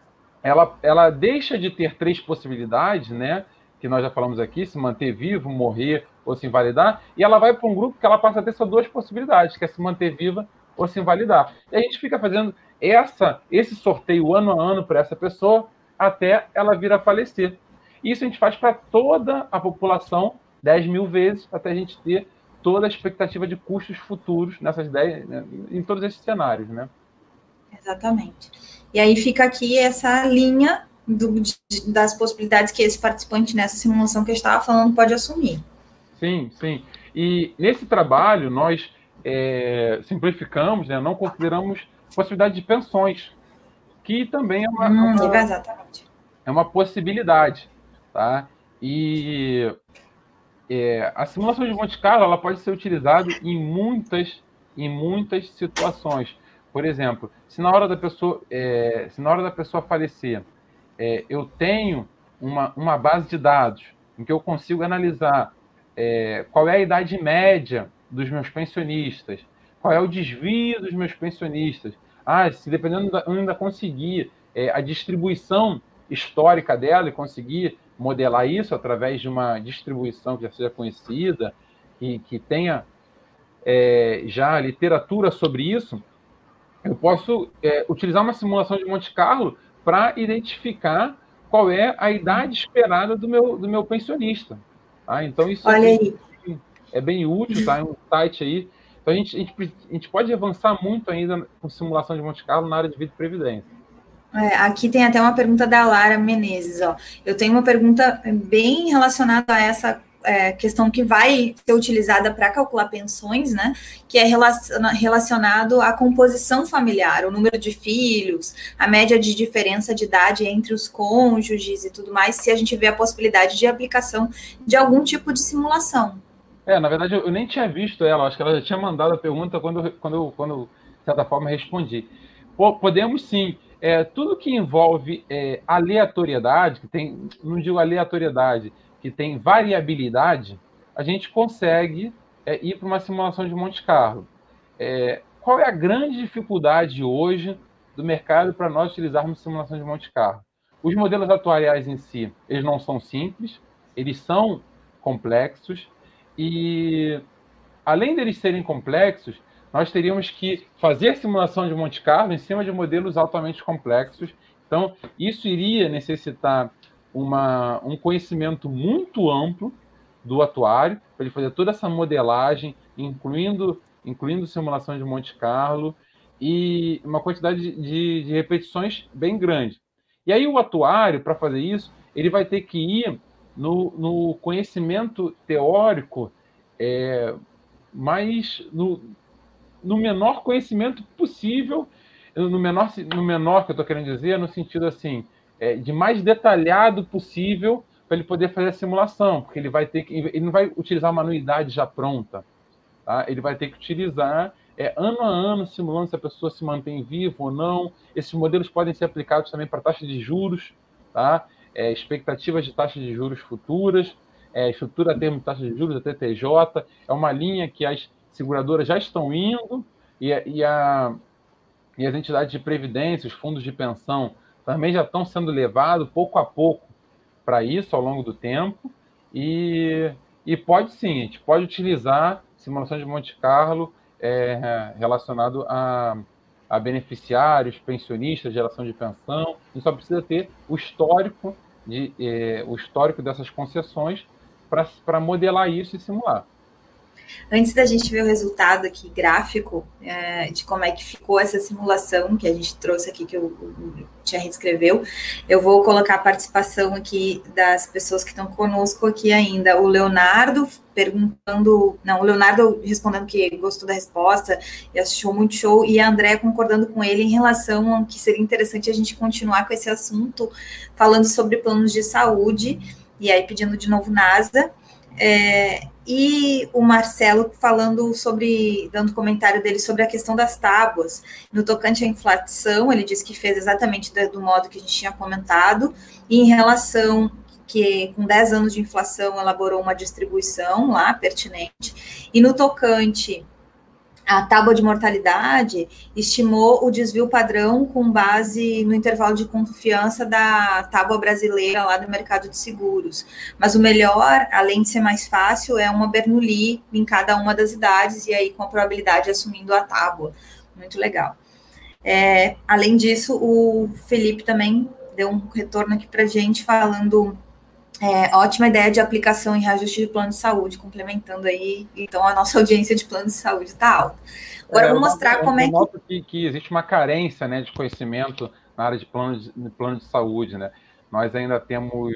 ela, ela deixa de ter três possibilidades, né, que nós já falamos aqui, se manter vivo, morrer ou se invalidar, e ela vai para um grupo que ela passa a ter só duas possibilidades, que é se manter viva ou se invalidar. E a gente fica fazendo essa, esse sorteio ano a ano para essa pessoa até ela vir a falecer. Isso a gente faz para toda a população dez mil vezes, até a gente ter toda a expectativa de custos futuros nessas dez, né, em todos esses cenários, né? Exatamente. E aí fica aqui essa linha do, de, das possibilidades que esse participante nessa simulação que eu estava falando pode assumir. Sim, sim. E nesse trabalho nós é, simplificamos, né, não consideramos possibilidade de pensões, que também é uma, hum, uma, exatamente. é uma possibilidade, tá? E é, a simulação de Monte Carlo ela pode ser utilizada em muitas em muitas situações. Por exemplo, se na hora da pessoa, é, se na hora da pessoa falecer, é, eu tenho uma, uma base de dados em que eu consigo analisar é, qual é a idade média dos meus pensionistas, qual é o desvio dos meus pensionistas. Ah, se dependendo da, eu ainda conseguir é, a distribuição histórica dela e conseguir modelar isso através de uma distribuição que já seja conhecida, que, que tenha é, já literatura sobre isso, eu posso é, utilizar uma simulação de Monte Carlo para identificar qual é a idade esperada do meu, do meu pensionista. Tá? Então, isso é Olha bem, aí. é bem útil, tá? É um site aí. Então, a gente, a, gente, a gente pode avançar muito ainda com simulação de Monte Carlo na área de vida e previdência. É, aqui tem até uma pergunta da Lara Menezes. Ó. Eu tenho uma pergunta bem relacionada a essa é, questão que vai ser utilizada para calcular pensões, né? Que é relacionado à composição familiar, o número de filhos, a média de diferença de idade entre os cônjuges e tudo mais, se a gente vê a possibilidade de aplicação de algum tipo de simulação. É, na verdade, eu nem tinha visto ela, acho que ela já tinha mandado a pergunta quando, quando, quando de certa forma, respondi. Podemos sim. É, tudo que envolve é, aleatoriedade, que tem, não digo aleatoriedade, que tem variabilidade, a gente consegue é, ir para uma simulação de Monte Carlo. É, qual é a grande dificuldade hoje do mercado para nós utilizarmos simulação de Monte Carlo? Os modelos atuariais em si, eles não são simples, eles são complexos e, além deles serem complexos, nós teríamos que fazer simulação de Monte Carlo em cima de modelos altamente complexos. Então, isso iria necessitar uma, um conhecimento muito amplo do atuário, para ele fazer toda essa modelagem, incluindo, incluindo simulação de Monte Carlo, e uma quantidade de, de repetições bem grande. E aí o atuário, para fazer isso, ele vai ter que ir no, no conhecimento teórico é, mais... No, no menor conhecimento possível, no menor, no menor que eu estou querendo dizer, no sentido assim, é, de mais detalhado possível para ele poder fazer a simulação, porque ele vai ter que, ele não vai utilizar uma anuidade já pronta, tá? Ele vai ter que utilizar é, ano a ano, simulando se a pessoa se mantém viva ou não. Esses modelos podem ser aplicados também para taxa de juros, tá? É, expectativas de taxa de juros futuras, é, estrutura a termo de taxa de juros, a T T J, é uma linha que as seguradoras já estão indo e, e, a, e as entidades de previdência, os fundos de pensão, também já estão sendo levados pouco a pouco para isso ao longo do tempo. E, e pode sim, a gente pode utilizar simulação de Monte Carlo é, relacionado a, a beneficiários, pensionistas, geração de pensão. A gente só precisa ter o histórico, de, é, o histórico dessas concessões para modelar isso e simular. Antes da gente ver o resultado aqui gráfico é, de como é que ficou essa simulação que a gente trouxe aqui, que o, o Thierry escreveu, eu vou colocar a participação aqui das pessoas que estão conosco aqui ainda. O Leonardo perguntando, não, o Leonardo respondendo que gostou da resposta e achou muito show, e a André concordando com ele em relação a que seria interessante a gente continuar com esse assunto, falando sobre planos de saúde, e aí pedindo de novo NASA. É, e o Marcelo falando sobre, dando comentário dele sobre a questão das tábuas, no tocante à inflação, ele disse que fez exatamente do modo que a gente tinha comentado, e em relação que com dez anos de inflação elaborou uma distribuição lá, pertinente, e no tocante a tábua de mortalidade estimou o desvio padrão com base no intervalo de confiança da tábua brasileira lá do mercado de seguros. Mas o melhor, além de ser mais fácil, é uma Bernoulli em cada uma das idades e aí com a probabilidade assumindo a tábua. Muito legal. É, além disso, o Felipe também deu um retorno aqui para a gente falando... É, ótima ideia de aplicação em reajuste de plano de saúde, complementando aí, então a nossa audiência de plano de saúde está alta. Agora é, eu vou mostrar eu, como eu é noto que... que... que existe uma carência, né, de conhecimento na área de plano de, de, plano de saúde, né? Nós ainda temos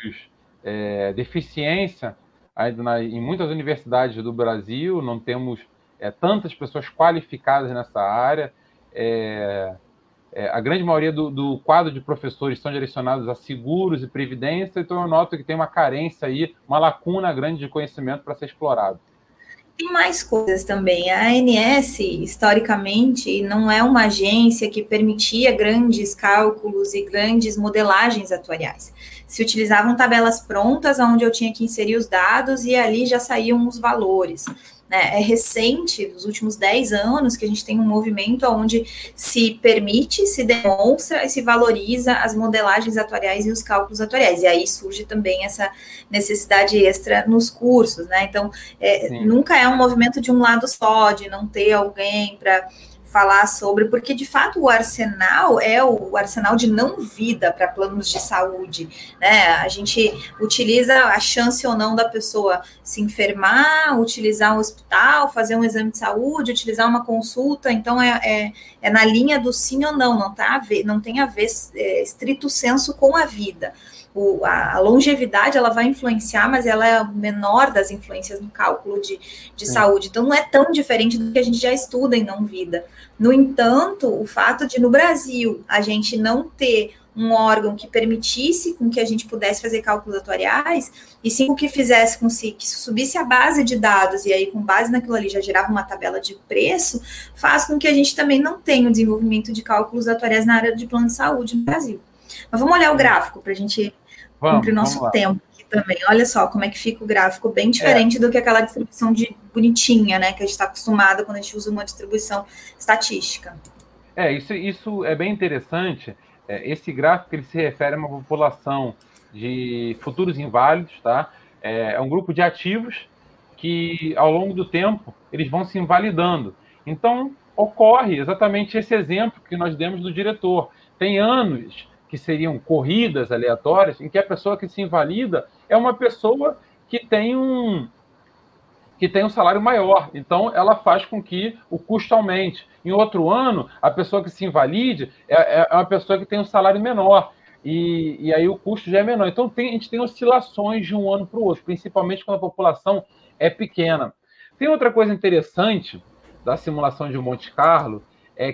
é, deficiência ainda na, em muitas universidades do Brasil, não temos é, tantas pessoas qualificadas nessa área. É, É, a grande maioria do, do quadro de professores são direcionados a seguros e previdência, então eu noto que tem uma carência aí, uma lacuna grande de conhecimento para ser explorado. Tem mais coisas também. A ANS, historicamente, não é uma agência que permitia grandes cálculos e grandes modelagens atuariais. Se utilizavam tabelas prontas, onde eu tinha que inserir os dados e ali já saíam os valores. Né? É recente, nos últimos dez anos, que a gente tem um movimento onde se permite, se demonstra e se valoriza as modelagens atuariais e os cálculos atuariais. E aí surge também essa necessidade extra nos cursos, né? Então, é, nunca é um movimento de um lado só, de não ter alguém para falar sobre, porque de fato o arsenal é o, o arsenal de não vida para planos de saúde, né? A gente utiliza a chance ou não da pessoa se enfermar, utilizar um hospital, fazer um exame de saúde, utilizar uma consulta, então é, é, é na linha do sim ou não, não, tá a ver, não tem a ver é, estrito senso com a vida. O, a, a longevidade, ela vai influenciar, mas ela é a menor das influências no cálculo de, de saúde. Então, não é tão diferente do que a gente já estuda em não-vida. No entanto, o fato de, no Brasil, a gente não ter um órgão que permitisse com que a gente pudesse fazer cálculos atuariais, e sim o que fizesse com si, que subisse a base de dados, e aí, com base naquilo ali, já gerava uma tabela de preço, faz com que a gente também não tenha o desenvolvimento de cálculos atuariais na área de plano de saúde no Brasil. Mas vamos olhar o gráfico para a gente vamos, cumprir nosso tempo aqui também. Olha só como é que fica o gráfico, bem diferente é. do que aquela distribuição de bonitinha, né? Que a gente está acostumado quando a gente usa uma distribuição estatística. É, isso, isso é bem interessante. É, esse gráfico ele se refere a uma população de futuros inválidos, tá? É, é um grupo de ativos que, ao longo do tempo, eles vão se invalidando. Então, ocorre exatamente esse exemplo que nós demos do diretor. Tem anos que seriam corridas aleatórias, em que a pessoa que se invalida é uma pessoa que tem um, que tem um salário maior. Então, ela faz com que o custo aumente. Em outro ano, a pessoa que se invalide é, é uma pessoa que tem um salário menor. E, e aí o custo já é menor. Então, tem, a gente tem oscilações de um ano para o outro, principalmente quando a população é pequena. Tem outra coisa interessante da simulação de Monte Carlo, é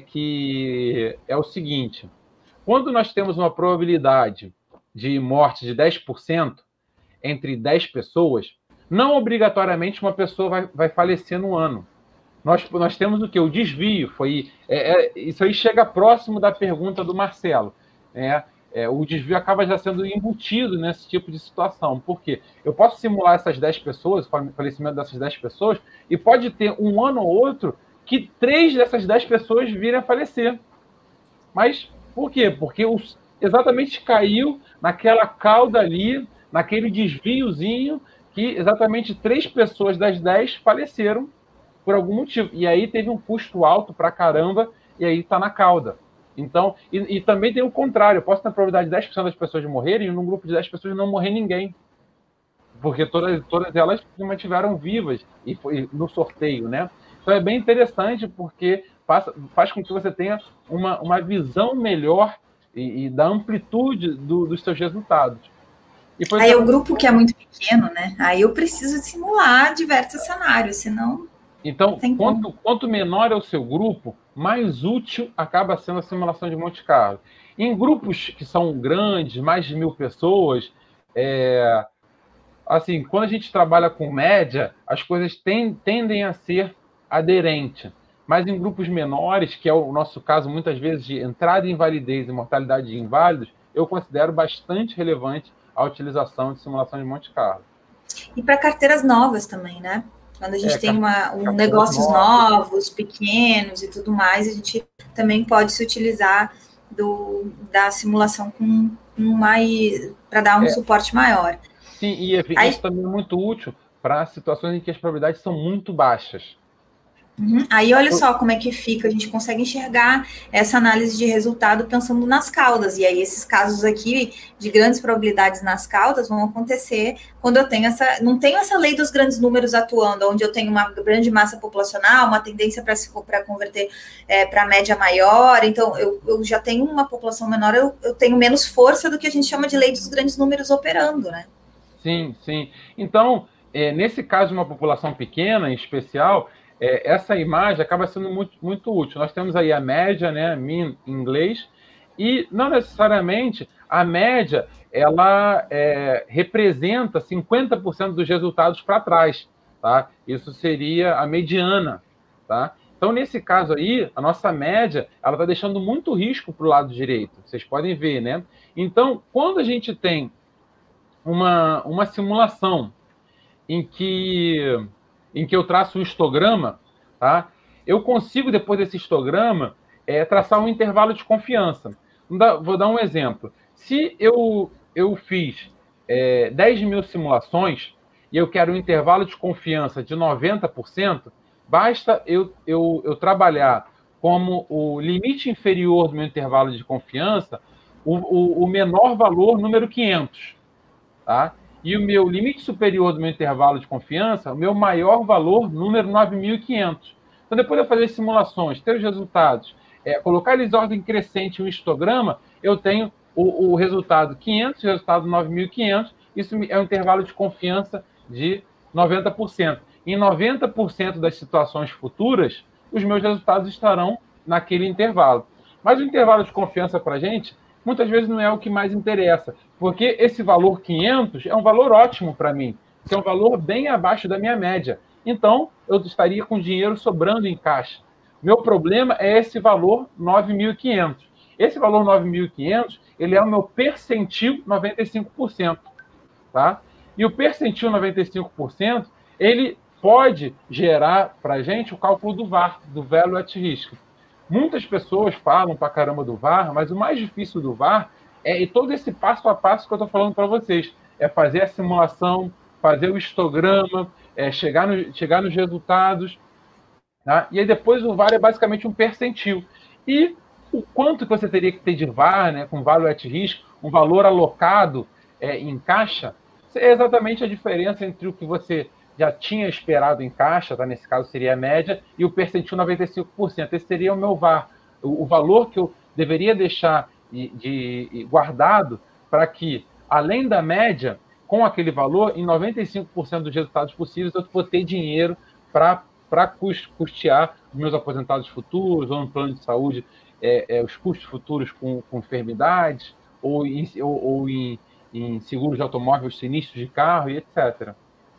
que é o seguinte: quando nós temos uma probabilidade de morte de dez por cento entre dez pessoas, não obrigatoriamente uma pessoa vai, vai falecer no ano. Nós, nós temos o quê? O desvio. Foi, é, é, isso aí chega próximo da pergunta do Marcelo. Né? É, o desvio acaba já sendo embutido nesse tipo de situação. Por quê? Eu posso simular essas dez pessoas, o falecimento dessas dez pessoas, e pode ter um ano ou outro que três dessas dez pessoas virem a falecer. Mas por quê? Porque os, exatamente caiu naquela cauda ali, naquele desviozinho, que exatamente três pessoas das dez faleceram por algum motivo. E aí teve um custo alto pra caramba, e aí está na cauda. Então, e, e também tem o contrário. Eu posso ter a probabilidade de dez por cento das pessoas morrerem e num grupo de dez pessoas não morrer ninguém. Porque todas, todas elas se mantiveram vivas e foi no sorteio, né? Então é bem interessante porque faz, faz com que você tenha uma, uma visão melhor e, e da amplitude do, dos seus resultados. E aí é o grupo que é muito pequeno, né? Aí eu preciso simular diversos cenários, senão... Então, quanto, quanto menor é o seu grupo, mais útil acaba sendo a simulação de Monte Carlo. Em grupos que são grandes, mais de mil pessoas, é, assim, quando a gente trabalha com média, as coisas tem, tendem a ser aderentes. Mas em grupos menores, que é o nosso caso muitas vezes de entrada em invalidez e mortalidade de inválidos, eu considero bastante relevante a utilização de simulação de Monte Carlo. E para carteiras novas também, né? Quando a gente é, tem uma, um negócios novos. novos, pequenos e tudo mais, a gente também pode se utilizar do, da simulação com, com mais para dar um é. suporte maior. Sim, e isso Aí, também é muito útil para situações em que as probabilidades são muito baixas. Uhum. Aí olha só como é que fica, a gente consegue enxergar essa análise de resultado pensando nas caudas, e aí esses casos aqui de grandes probabilidades nas caudas vão acontecer quando eu tenho essa, não tenho essa lei dos grandes números atuando, onde eu tenho uma grande massa populacional, uma tendência para se para converter é, para média maior, então eu, eu já tenho uma população menor, eu, eu tenho menos força do que a gente chama de lei dos grandes números operando, né? Sim, sim. Então, é, nesse caso de uma população pequena, em especial, É, essa imagem acaba sendo muito, muito útil. Nós temos aí a média, né, mean em inglês, e não necessariamente a média ela é, representa cinquenta por cento dos resultados para trás. tá? Isso seria a mediana, tá? Então, nesse caso aí, a nossa média, ela está deixando muito risco para o lado direito. Vocês podem ver, né? Então, quando a gente tem uma, uma simulação em que, em que eu traço um histograma, tá? Eu consigo, depois desse histograma, é, traçar um intervalo de confiança. Vou dar um exemplo. Se eu, eu fiz é, dez mil simulações e eu quero um intervalo de confiança de noventa por cento, basta eu, eu, eu trabalhar como o limite inferior do meu intervalo de confiança o, o, o menor valor, número quinhentos. Tá? E o meu limite superior do meu intervalo de confiança, o meu maior valor, número nove mil e quinhentos. Então, depois de eu fazer simulações, ter os resultados, é, colocar eles em ordem crescente em um histograma, eu tenho o, o resultado quinhentos, o resultado nove mil e quinhentos, isso é um intervalo de confiança de noventa por cento. Em noventa por cento das situações futuras, os meus resultados estarão naquele intervalo. Mas o intervalo de confiança para a gente, muitas vezes não é o que mais interessa, porque esse valor quinhentos é um valor ótimo para mim, que é um valor bem abaixo da minha média. Então, eu estaria com dinheiro sobrando em caixa. Meu problema é esse valor nove mil e quinhentos. Esse valor nove mil e quinhentos, ele é o meu percentil noventa e cinco por cento. Tá? E o percentil noventa e cinco por cento, ele pode gerar para a gente o cálculo do V A R, do Value at Risk. Muitas pessoas falam para caramba do V A R, mas o mais difícil do V A R é e todo esse passo a passo que eu estou falando para vocês. É fazer a simulação, fazer o histograma, é chegar, no, chegar nos resultados. Tá? E aí depois o V A R é basicamente um percentil. E o quanto que você teria que ter de V A R, né, com Value at Risk, um valor alocado é, em caixa, é exatamente a diferença entre o que você já tinha esperado em caixa, tá? Nesse caso seria a média, e o percentil noventa e cinco por cento. Esse seria o meu V A R, o, o valor que eu deveria deixar de, de guardado para que, além da média, com aquele valor, em noventa e cinco por cento dos resultados possíveis, eu vou ter dinheiro para custear os meus aposentados futuros, ou no plano de saúde, é, é, os custos futuros com, com enfermidades, ou em, ou, ou em, em seguros de automóvel, sinistros de carro, e etcétera.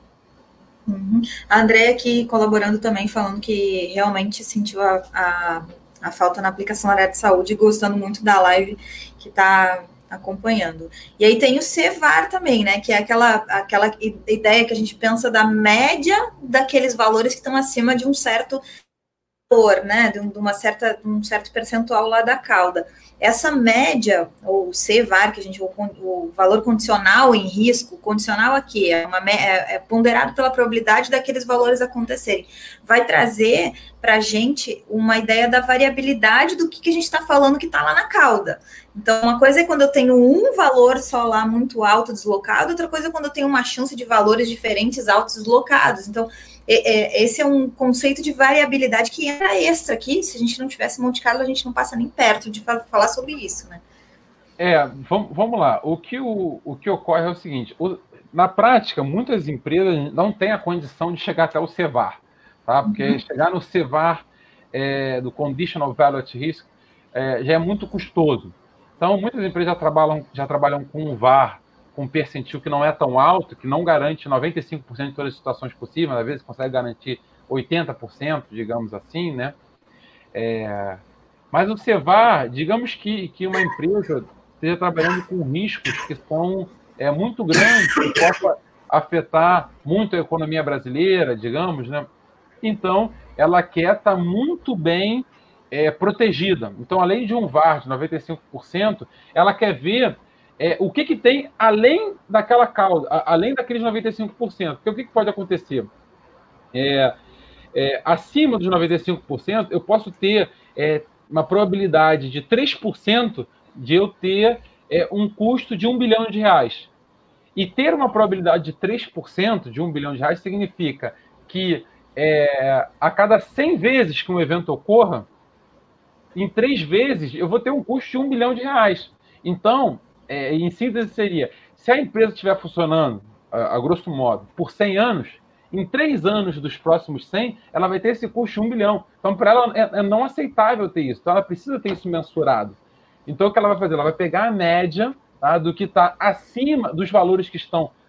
Uhum. A Andrea aqui colaborando também, falando que realmente sentiu a, a, a falta na aplicação da área de saúde e gostando muito da live que está acompanhando. E aí tem o C V A R também, né? Que é aquela, aquela ideia que a gente pensa da média daqueles valores que estão acima de um certo valor, né? De, uma certa, de um certo percentual lá da cauda. Essa média, ou C V A R, que a gente, o, o valor condicional em risco, condicional aqui, é, uma, é, é ponderado pela probabilidade daqueles valores acontecerem, vai trazer para a gente uma ideia da variabilidade do que, que a gente está falando que está lá na cauda. Então, uma coisa é quando eu tenho um valor só lá muito alto deslocado, outra coisa é quando eu tenho uma chance de valores diferentes altos deslocados. Então, esse é um conceito de variabilidade que entra extra aqui. Se a gente não tivesse Monte Carlo, a gente não passa nem perto de falar sobre isso, né? É, vamos, vamos lá. O que, o, o que ocorre é o seguinte: o, na prática, muitas empresas não têm a condição de chegar até o C V A R, tá? Porque uhum. chegar no C V A R é, do Conditional Value at Risk é, já é muito custoso. Então, muitas empresas já trabalham, já trabalham com um V A R com um percentil que não é tão alto, que não garante noventa e cinco por cento de todas as situações possíveis, às vezes consegue garantir oitenta por cento, digamos assim, né? É, mas o C V A R, digamos que, que uma empresa esteja trabalhando com riscos que são é, muito grandes, que possam afetar muito a economia brasileira, digamos, né? Então, ela quer estar muito bem é, protegida. Então, além de um V A R de noventa e cinco por cento, ela quer ver É, o que, que tem além daquela causa, a, além daqueles noventa e cinco por cento. Porque o que, que pode acontecer? É, é, acima dos noventa e cinco por cento, eu posso ter é, uma probabilidade de três por cento de eu ter é, um custo de um bilhão de reais. E ter uma probabilidade de três por cento de um bilhão de reais significa que é, a cada cem vezes que um evento ocorra, em três vezes eu vou ter um custo de um bilhão de reais. Então, É, em síntese seria, se a empresa estiver funcionando, a, a grosso modo, por cem anos, em três anos dos próximos cem, ela vai ter esse custo de um bilhão. Então, para ela, é, é não aceitável ter isso. Então, ela precisa ter isso mensurado. Então, o que ela vai fazer? Ela vai pegar a média, tá, do que está acima, dos valores que estão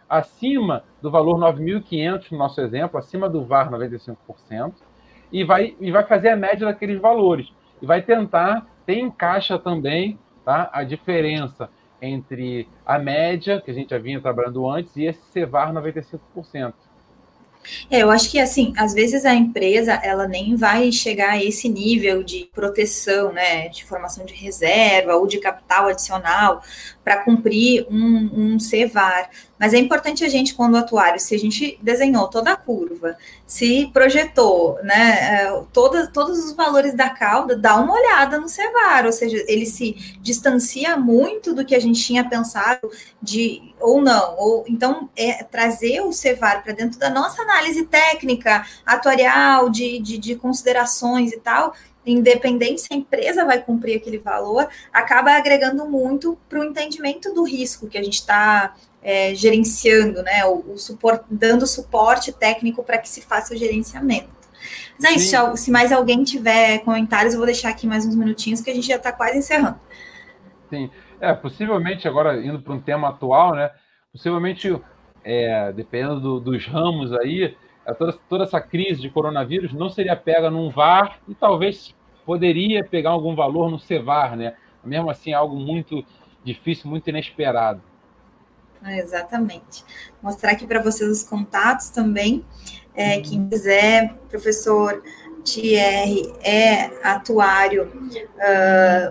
acima do valor nove mil e quinhentos, no nosso exemplo, acima do V A R noventa e cinco por cento, e vai, e vai fazer a média daqueles valores. E vai tentar ter em caixa também, tá, a diferença entre a média, que a gente já vinha trabalhando antes, e esse C V A R noventa e cinco por cento. É, eu acho que, assim, às vezes a empresa, ela nem vai chegar a esse nível de proteção, né, de formação de reserva ou de capital adicional para cumprir um, um C V A R. Mas é importante a gente, quando atuário, se a gente desenhou toda a curva, se projetou, né, todas, todos os valores da cauda, dá uma olhada no C V A R, ou seja, ele se distancia muito do que a gente tinha pensado de, ou não, ou então é trazer o C V A R para dentro da nossa análise técnica, atuarial, de, de, de considerações e tal, independente se a empresa vai cumprir aquele valor, acaba agregando muito para o entendimento do risco que a gente está é, gerenciando, né? O, o suport, dando suporte técnico para que se faça o gerenciamento. Mas é isso, se mais alguém tiver comentários, eu vou deixar aqui mais uns minutinhos, que a gente já está quase encerrando. Sim, é, possivelmente, agora indo para um tema atual, né? Possivelmente, é, dependendo do, dos ramos aí, toda, toda essa crise de coronavírus não seria pega num V A R e talvez poderia pegar algum valor no C V A R, né? Mesmo assim, algo muito difícil, muito inesperado. Exatamente. Vou mostrar aqui para vocês os contatos também. É, quem quiser, professor Thierry é atuário, uh,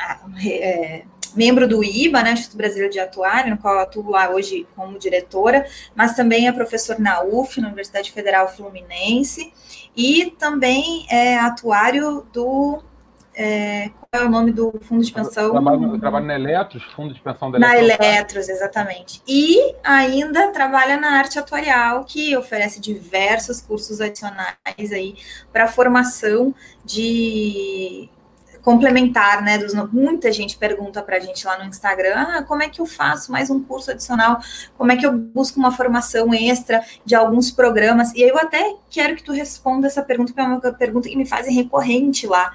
é, membro do I B A, né, Instituto Brasileiro de Atuário, no qual eu atuo lá hoje como diretora, mas também é professor na U F, na Universidade Federal Fluminense, e também é atuário do... É, qual é o nome do fundo de pensão? Eu trabalho, eu trabalho na Eletros, fundo de pensão da Eletros. Na Eletros, exatamente. E ainda trabalha na arte atuarial, que oferece diversos cursos adicionais aí para formação de complementar, né? Dos, muita gente pergunta para a gente lá no Instagram, ah, como é que eu faço mais um curso adicional? Como é que eu busco uma formação extra de alguns programas? E eu até quero que tu responda essa pergunta, que é uma pergunta que me fazem recorrente lá.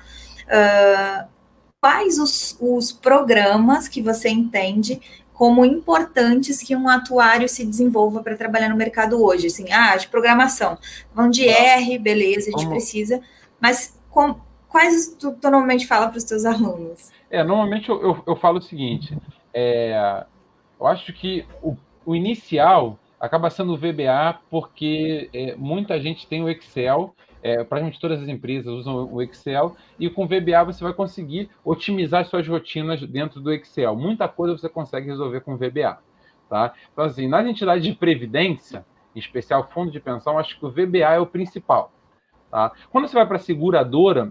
Uh, quais os, os programas que você entende como importantes que um atuário se desenvolva para trabalhar no mercado hoje? Assim, ah, de programação, vão de R, beleza, a gente Como? precisa, mas com, quais tu, tu normalmente fala para os teus alunos? É, normalmente eu, eu, eu falo o seguinte, é, eu acho que o, o inicial acaba sendo o V B A, porque é, muita gente tem o Excel. É, praticamente todas as empresas usam o Excel, e com o V B A você vai conseguir otimizar suas rotinas dentro do Excel. Muita coisa você consegue resolver com o V B A. Tá? Então, assim, nas entidades de previdência, em especial fundo de pensão, acho que o V B A é o principal. Tá? Quando você vai para a seguradora,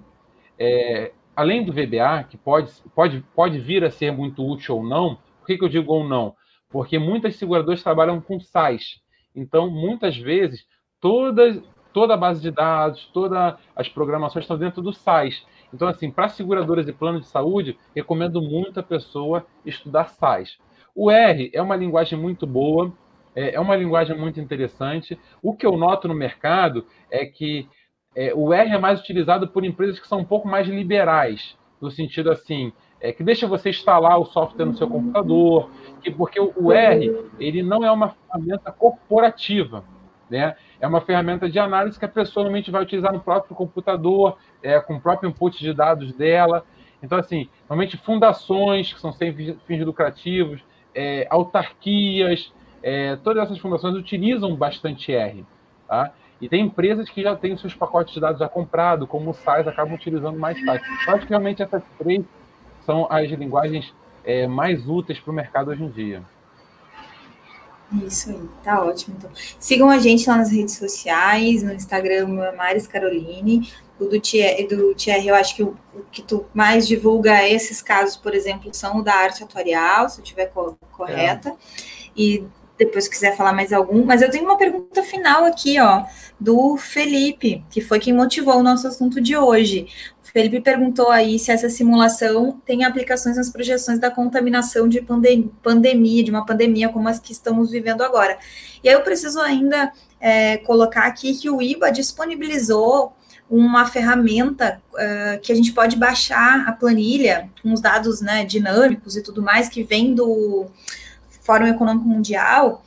é, além do V B A, que pode, pode, pode vir a ser muito útil ou não, por que, que eu digo ou não? Porque muitas seguradoras trabalham com S A S. Então, muitas vezes, todas... toda a base de dados, todas as programações estão dentro do S A S. Então, assim, para seguradoras e plano de saúde, recomendo muito a pessoa estudar S A S. O R é uma linguagem muito boa, é uma linguagem muito interessante. O que eu noto no mercado é que é, o R é mais utilizado por empresas que são um pouco mais liberais, no sentido assim, é, que deixa você instalar o software no seu computador, que, porque o, o R ele não é uma ferramenta corporativa. Né? É uma ferramenta de análise que a pessoa normalmente vai utilizar no próprio computador, é, com o próprio input de dados dela. Então, assim, normalmente fundações que são sem fins lucrativos, é, autarquias, é, todas essas fundações utilizam bastante R. Tá? E tem empresas que já têm os seus pacotes de dados já comprados, como o S A S, acabam utilizando mais S A S. Eu acho que realmente essas três são as linguagens é, mais úteis para o mercado hoje em dia. Isso aí, tá ótimo. Então, sigam a gente lá nas redes sociais, no Instagram, o meu é Maris Caroline, o do Thierry, do Thierry, eu acho que o, o que tu mais divulga esses casos, por exemplo, são o da arte atuarial, se eu estiver co correta, é. E depois quiser falar mais algum, mas eu tenho uma pergunta final aqui, ó, do Felipe, que foi quem motivou o nosso assunto de hoje. O Felipe perguntou aí se essa simulação tem aplicações nas projeções da contaminação de pandem pandemia, de uma pandemia como as que estamos vivendo agora. E aí eu preciso ainda é, colocar aqui que o I B A disponibilizou uma ferramenta uh, que a gente pode baixar a planilha com os dados, né, dinâmicos e tudo mais, que vem do Fórum Econômico Mundial,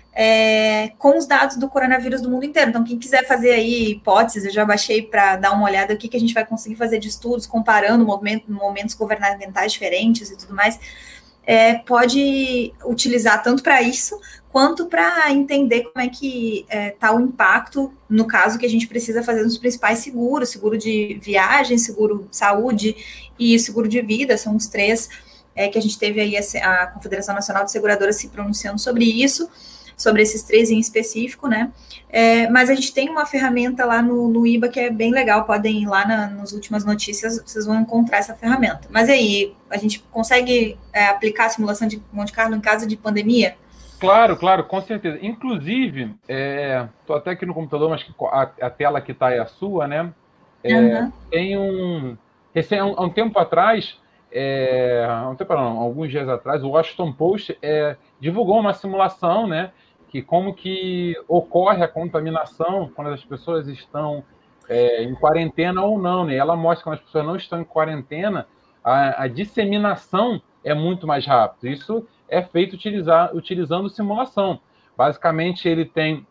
é, com os dados do coronavírus do mundo inteiro. Então, quem quiser fazer aí hipóteses, eu já baixei para dar uma olhada o que, que a gente vai conseguir fazer de estudos, comparando momento, momentos governamentais diferentes e tudo mais, é, pode utilizar tanto para isso, quanto para entender como é que está é, o impacto, no caso que a gente precisa fazer nos principais seguros, seguro de viagem, seguro saúde e seguro de vida, são os três é, que a gente teve aí a, a Confederação Nacional de Seguradoras se pronunciando sobre isso, sobre esses três em específico, né? É, mas a gente tem uma ferramenta lá no, no I B A que é bem legal, podem ir lá na, nas últimas notícias, vocês vão encontrar essa ferramenta. Mas aí, a gente consegue é, aplicar a simulação de Monte Carlo em caso de pandemia? Claro, claro, com certeza. Inclusive, estou é, até aqui no computador, mas a, a tela que está é a sua, né? É, uhum. Tem um... Há um, um tempo atrás, é, um tempo, não, alguns dias atrás, o Washington Post é, divulgou uma simulação, né? Que como que ocorre a contaminação quando as pessoas estão é, em quarentena ou não, né? Ela mostra que quando as pessoas não estão em quarentena, a, a disseminação é muito mais rápida. Isso é feito utilizar, utilizando simulação. Basicamente, ele tem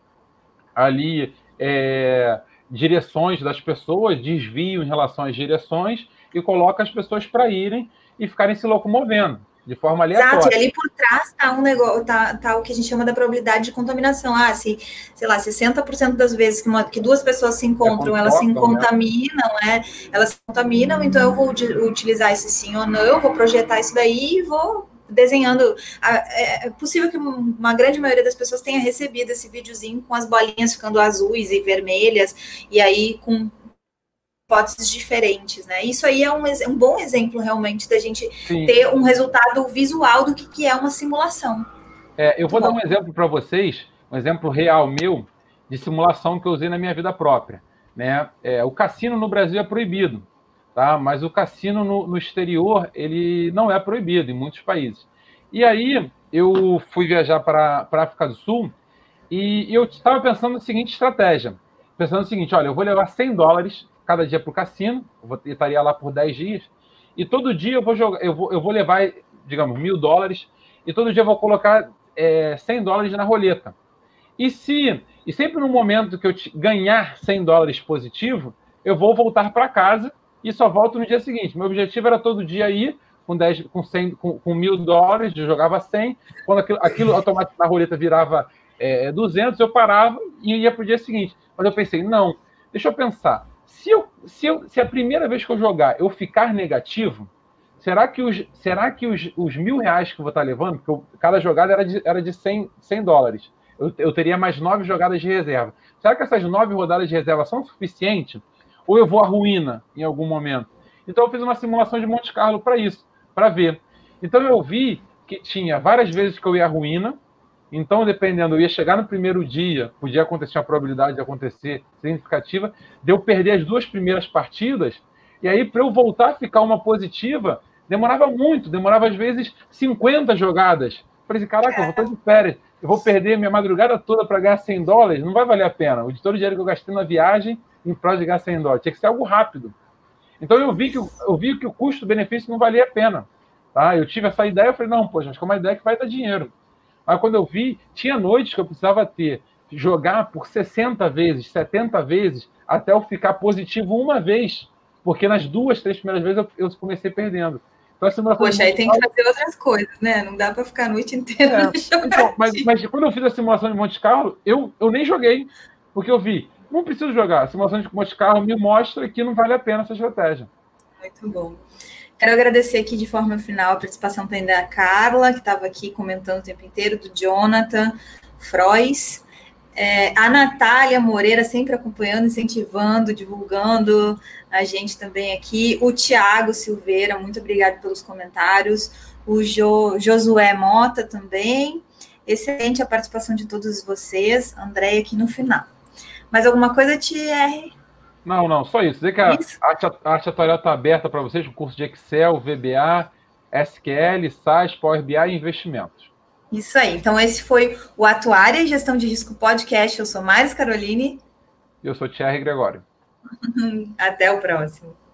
ali é, direções das pessoas, desvio em relação às direções e coloca as pessoas para irem e ficarem se locomovendo. De forma aleatória. Exato, e ali por trás está um negócio, tá, tá o que a gente chama da probabilidade de contaminação. Ah, se, sei lá, sessenta por cento das vezes que, uma, que duas pessoas se encontram, é elas se contaminam, né? Elas se contaminam, então eu vou utilizar esse sim ou não, eu vou projetar isso daí e vou desenhando. É possível que uma grande maioria das pessoas tenha recebido esse videozinho com as bolinhas ficando azuis e vermelhas, e aí com hipóteses diferentes, né? Isso aí é um, um bom exemplo, realmente, da gente Sim. ter um resultado visual do que, que é uma simulação. É, eu vou Muito dar bom. um exemplo para vocês, um exemplo real meu, de simulação que eu usei na minha vida própria. Né? É, o cassino no Brasil é proibido, tá? Mas o cassino no, no exterior, ele não é proibido em muitos países. E aí, eu fui viajar para a África do Sul e eu estava pensando na seguinte estratégia. Pensando no seguinte, olha, eu vou levar cem dólares cada dia para o cassino, eu, vou, eu estaria lá por dez dias, e todo dia eu vou, jogar, eu vou, eu vou levar, digamos, mil dólares, e todo dia eu vou colocar é, cem dólares na roleta. E se, e sempre no momento que eu te, ganhar cem dólares positivo, eu vou voltar para casa e só volto no dia seguinte. Meu objetivo era todo dia ir com, dez, com, cem, com, com mil dólares, eu jogava cem, quando aquilo, aquilo automaticamente na roleta virava é, duzentos, eu parava e ia para o dia seguinte. Mas eu pensei, não, deixa eu pensar, Se, eu, se, eu, se a primeira vez que eu jogar eu ficar negativo, será que os, será que os, os mil reais que eu vou estar levando, porque eu, cada jogada era de, era de cem, cem dólares, eu, eu teria mais nove jogadas de reserva. Será que essas nove rodadas de reserva são suficientes? Ou eu vou à ruína em algum momento? Então eu fiz uma simulação de Monte Carlo para isso, para ver. Então eu vi que tinha várias vezes que eu ia à ruína. Então, dependendo, eu ia chegar no primeiro dia, podia acontecer uma probabilidade de acontecer significativa, de eu perder as duas primeiras partidas, e aí, para eu voltar a ficar uma positiva, demorava muito, demorava às vezes cinquenta jogadas. Falei assim, caraca, eu vou estar de férias, eu vou perder minha madrugada toda para ganhar cem dólares, não vai valer a pena. O de todo o dinheiro que eu gastei na viagem, em prol de ganhar cem dólares, tinha que ser algo rápido. Então, eu vi que, eu vi que o custo-benefício não valia a pena. Tá? Eu tive essa ideia, eu falei, não, poxa, acho que é uma ideia que vai dar dinheiro. Mas quando eu vi, tinha noites que eu precisava ter, jogar por sessenta vezes, setenta vezes, até eu ficar positivo uma vez, porque nas duas, três primeiras vezes eu, eu comecei perdendo. Então, a simulação Poxa, aí tem que fazer outras coisas, né? Não dá para ficar a noite inteira. É. Então, mas, mas quando eu fiz a simulação de Monte Carlo, eu, eu nem joguei, porque eu vi, não preciso jogar. A simulação de Monte Carlo me mostra que não vale a pena essa estratégia. Muito bom. Quero agradecer aqui de forma final a participação também da Carla, que estava aqui comentando o tempo inteiro, do Jonathan Frois, é, a Natália Moreira sempre acompanhando, incentivando, divulgando a gente também aqui, o Tiago Silveira, muito obrigado pelos comentários, o jo, Josué Mota também, excelente a participação de todos vocês, André aqui no final. Mais alguma coisa, Thierry? Não, não, só isso. Dizer que a isso. arte, a arte atuarial está aberta para vocês, o curso de Excel, V B A, S Q L, S A S, Power B I e investimentos. Isso aí. Então, esse foi o Atuária e Gestão de Risco Podcast. Eu sou Maris Caroline. E eu sou Thierry Gregório. Até o próximo.